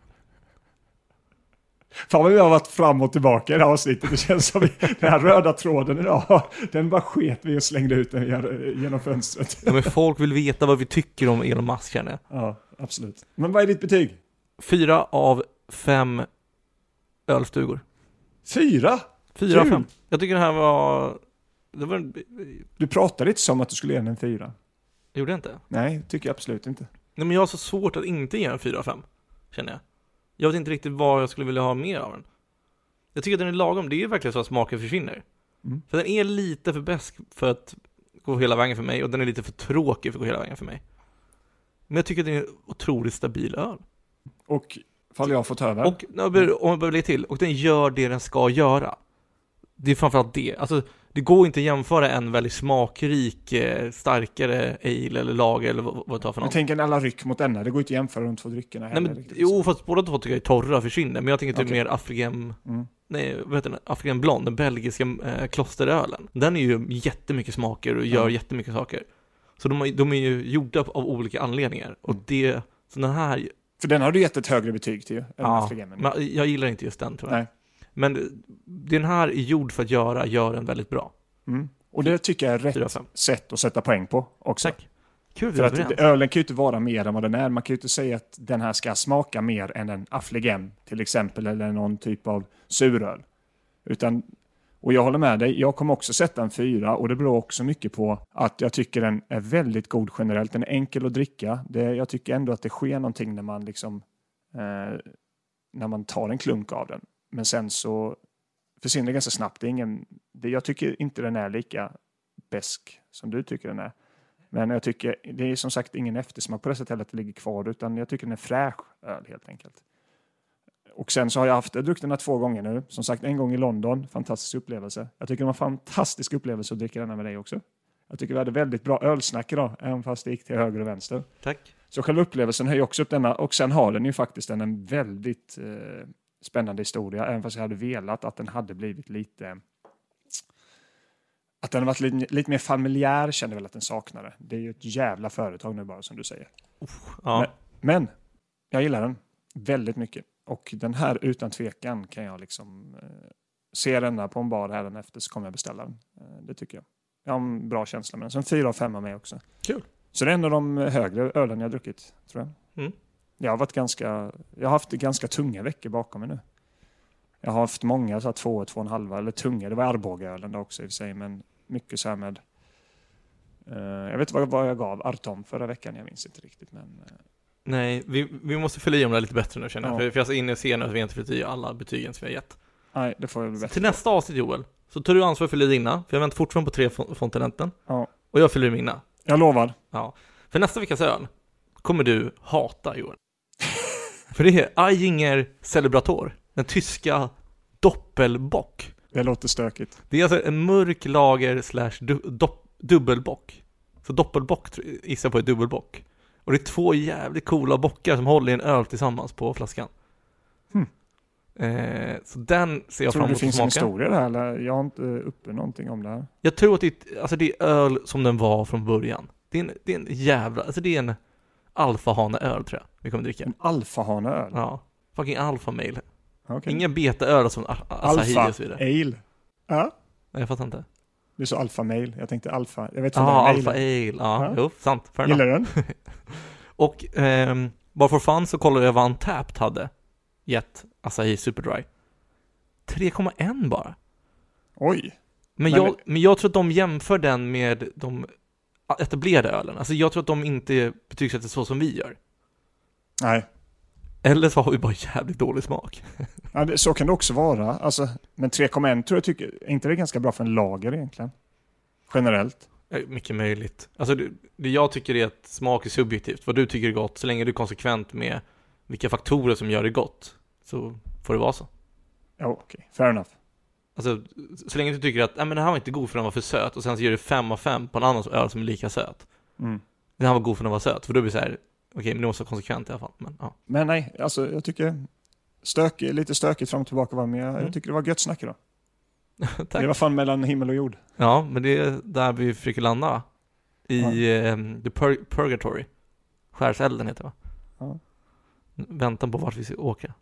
[SPEAKER 2] Fan vad vi har varit fram och tillbaka i det här avsnittet. Det känns som vi, den här röda tråden idag, den bara sket vi och slängde ut den genom fönstret.
[SPEAKER 1] Ja, men folk vill veta vad vi tycker om Elon Musk, känner jag.
[SPEAKER 2] Ja, absolut. Men vad är ditt betyg?
[SPEAKER 1] Fyra av fem ölstugor.
[SPEAKER 2] Fyra?
[SPEAKER 1] Fyra av fem. Jag tycker det här var... Det var en...
[SPEAKER 2] Du pratade inte som att du skulle ge den en fyra.
[SPEAKER 1] Gjorde jag inte?
[SPEAKER 2] Nej, tycker jag absolut inte.
[SPEAKER 1] Nej, men jag har så svårt att inte ge en fyra av fem, känner jag. Jag vet inte riktigt vad jag skulle vilja ha mer av den. Jag tycker att den är lagom. Det är ju verkligen så att smaken försvinner. Mm. För den är lite för bäsk för att gå hela vägen för mig. Och den är lite för tråkig för att gå hela vägen för mig. Men jag tycker att den är en otroligt stabil öl.
[SPEAKER 2] Och fall jag får ta över.
[SPEAKER 1] Och om jag behöver lägga till. Och den gör det den ska göra. Det är framförallt det. Alltså, det går inte att jämföra en väldigt smakrik, starkare ale eller lager eller vad, vad det tar för något.
[SPEAKER 2] Jag tänker en alla ryck mot denna. Det går inte att jämföra de två dryckerna heller.
[SPEAKER 1] Nej, men, jo, fast båda två tycker jag är torra och försvinner. Men jag tänker typ
[SPEAKER 2] okay.
[SPEAKER 1] mer Afrigen...
[SPEAKER 2] Mm.
[SPEAKER 1] Nej, vad heter den? Afrigen Blond, den belgiska eh, klosterölen. Den är ju jättemycket smaker och gör mm. jättemycket saker. Så de, de är ju gjorda av olika anledningar. Och det... Så den här...
[SPEAKER 2] För den har du gett ett högre betyg till.
[SPEAKER 1] Ja, men jag gillar inte just den, tror jag.
[SPEAKER 2] Nej.
[SPEAKER 1] Men den här är gjord för att göra, gör den väldigt bra.
[SPEAKER 2] Mm. Och det tycker jag är rätt sätt att sätta poäng på också.
[SPEAKER 1] Tack. Kul,
[SPEAKER 2] för att ölen kan ju inte vara mer än vad den är. Man kan ju inte säga att den här ska smaka mer än en Affligem till exempel, eller någon typ av suröl. Utan, och jag håller med dig, jag kommer också sätta en fyra, och det beror också mycket på att jag tycker den är väldigt god generellt. Den är enkel att dricka. Det, jag tycker ändå att det sker någonting när man liksom eh, när man tar en klunk av den. Men sen så försvinner det ganska snabbt. Det är ingen, det, jag tycker inte den är lika besk som du tycker den är. Men jag tycker, det är som sagt ingen eftersmak på det sättet heller att det ligger kvar, utan jag tycker den är fräsch öl helt enkelt. Och sen så har jag haft, jag druckit den här två gånger nu. Som sagt, en gång i London, fantastisk upplevelse. Jag tycker det var en fantastisk upplevelse att dricka den här med dig också. Jag tycker vi hade väldigt bra ölsnack idag, även fast det gick till höger och vänster.
[SPEAKER 1] Tack.
[SPEAKER 2] Så själva upplevelsen höjer också upp denna, och sen har den ju faktiskt en, en väldigt eh, spännande historia, även fast jag hade velat att den hade blivit lite... Att den har varit lite, lite mer familjär, kände väl att den saknade. Det är ju ett jävla företag nu bara, som du säger.
[SPEAKER 1] Uh, ja.
[SPEAKER 2] men, men jag gillar den väldigt mycket. Och den här utan tvekan kan jag liksom eh, se denna på en bar här efter, så kommer jag beställa den. Eh, det tycker jag. Jag har en bra känsla med den. Sen fyra av fem av mig också.
[SPEAKER 1] Kul.
[SPEAKER 2] Så det är en av de högre ölen jag har druckit, tror jag.
[SPEAKER 1] Mm.
[SPEAKER 2] Jag har varit ganska, jag har haft ganska tunga veckor bakom mig nu. Jag har haft många så här två, två och en halva, eller tunga. Det var Arbogaölen då också i och för sig, men mycket så här med... Eh, jag vet inte vad, vad jag gav Artom förra veckan, jag minns inte riktigt, men... Eh,
[SPEAKER 1] Nej, vi, vi måste fylla i om det lite bättre nu, känner jag.
[SPEAKER 2] Ja.
[SPEAKER 1] För, för jag ska in och se nu att vi inte fyllt i alla betygen som vi har gett.
[SPEAKER 2] nej, det får jag väl bättre.
[SPEAKER 1] Till nästa avsnitt, Joel, så tar du ansvar för att fylla i dina. För jag väntar fortfarande på tre fontanenten.
[SPEAKER 2] Ja.
[SPEAKER 1] Och jag fyller i mina.
[SPEAKER 2] Jag lovar.
[SPEAKER 1] Ja. För nästa veckas öl kommer du hata, Joel. För det är Ayinger Celebrator. Den tyska Doppelbock.
[SPEAKER 2] Det låter stökigt.
[SPEAKER 1] Det är alltså en mörk lager slash du, do, dubbelbock. Så doppelbock gissar på ett dubbelbock. Och det är två jävligt coola bockar som håller i en öl tillsammans på flaskan.
[SPEAKER 2] Hmm.
[SPEAKER 1] Eh, så den ser jag
[SPEAKER 2] tror
[SPEAKER 1] fram emot
[SPEAKER 2] det finns
[SPEAKER 1] att smaka.
[SPEAKER 2] en historia där, eller? Jag har inte uppe någonting om det här.
[SPEAKER 1] Jag tror att det är, alltså det är öl som den var från början. Det är en, det är en jävla, alltså det är en alfahane-öl, tror jag vi kommer dricka.
[SPEAKER 2] En alfahane-öl?
[SPEAKER 1] Ja, fucking alfa-mail.
[SPEAKER 2] Okay.
[SPEAKER 1] Inga beta-öl som Asahi och så vidare.
[SPEAKER 2] Alfa-ale? Ja.
[SPEAKER 1] Nej, jag fattar inte.
[SPEAKER 2] Det är så alfa-mail. Jag tänkte alfa. Jag vet
[SPEAKER 1] Ja,
[SPEAKER 2] inte
[SPEAKER 1] ah,
[SPEAKER 2] vad
[SPEAKER 1] alfa-ale. Ja,
[SPEAKER 2] ja,
[SPEAKER 1] jo, sant. Fair
[SPEAKER 2] gillar
[SPEAKER 1] enough.
[SPEAKER 2] den?
[SPEAKER 1] Och ehm, bara för fun så kollade jag vad Untapped hade gett Asahi Superdry. tre komma ett bara.
[SPEAKER 2] Oj.
[SPEAKER 1] Men,
[SPEAKER 2] Men-
[SPEAKER 1] jag, men jag tror att de jämför den med de etablerade ölen. Alltså jag tror att de inte betygsätter så som vi gör.
[SPEAKER 2] Nej.
[SPEAKER 1] Eller så har vi bara jävligt dålig smak.
[SPEAKER 2] Ja, det, så kan det också vara. Alltså, men tre komma ett tror jag tycker, är inte det ganska bra för en lager egentligen? Generellt.
[SPEAKER 1] Eh, Mycket möjligt. Alltså det, det jag tycker är att smak är subjektivt. Vad du tycker är gott, så länge du är konsekvent med vilka faktorer som gör det gott, så får det vara så.
[SPEAKER 2] Ja, okej. Okay. Fair enough.
[SPEAKER 1] Alltså, så länge du tycker att nej, men den här var inte god för den var för söt, och sen så gör du fem av fem på en annan öl som är lika söt.
[SPEAKER 2] Mm.
[SPEAKER 1] Den här var god för den var söt, för då blir det så här, okej, okay, men det måste vara konsekvent i alla fall. Men, ja.
[SPEAKER 2] Men nej, alltså jag tycker stök, lite stökigt fram och tillbaka var, men jag,
[SPEAKER 1] Mm.
[SPEAKER 2] jag tycker det var gött snack idag.
[SPEAKER 1] Tack.
[SPEAKER 2] Det var fan mellan himmel och jord.
[SPEAKER 1] Ja, men det är där vi försöker landa, va? I
[SPEAKER 2] Ja.
[SPEAKER 1] um, The Pur- Purgatory. Skärselden heter det, va?
[SPEAKER 2] Ja.
[SPEAKER 1] Väntan på vart vi ska åka.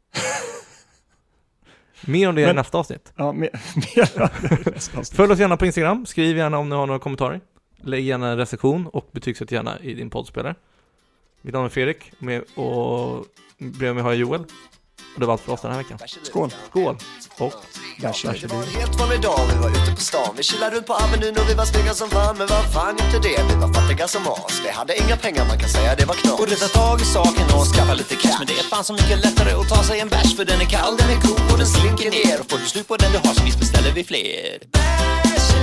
[SPEAKER 1] Mer om det
[SPEAKER 2] Men-
[SPEAKER 1] i nästa avsnitt.
[SPEAKER 2] Ja, mer, mer nästa avsnitt.
[SPEAKER 1] Följ oss gärna på Instagram. Skriv gärna om ni har några kommentarer. Lägg gärna en recension och betygsätt gärna i din poddspelare. Mitt namn är Fredrik med, och bredvid mig har jag Joel. Och det var allt för oss den här veckan.
[SPEAKER 2] Skål.
[SPEAKER 1] Skål! Och
[SPEAKER 2] Dash, dash,
[SPEAKER 3] Det var en helt vanlig dag, vi var ute på stan. Vi chillade runt på Avenyn och vi var snygga som fan. Men vad fan inte det, vi var fattiga som as. Vi hade inga pengar, man kan säga det var knas. Borde ta tag i saken och skaffa lite cash. Men det är fan så mycket lättare att ta sig en bärs. För den är kall, den är god och den slinker ner. Och får du slut på den du har så visst beställer vi fler. Bärs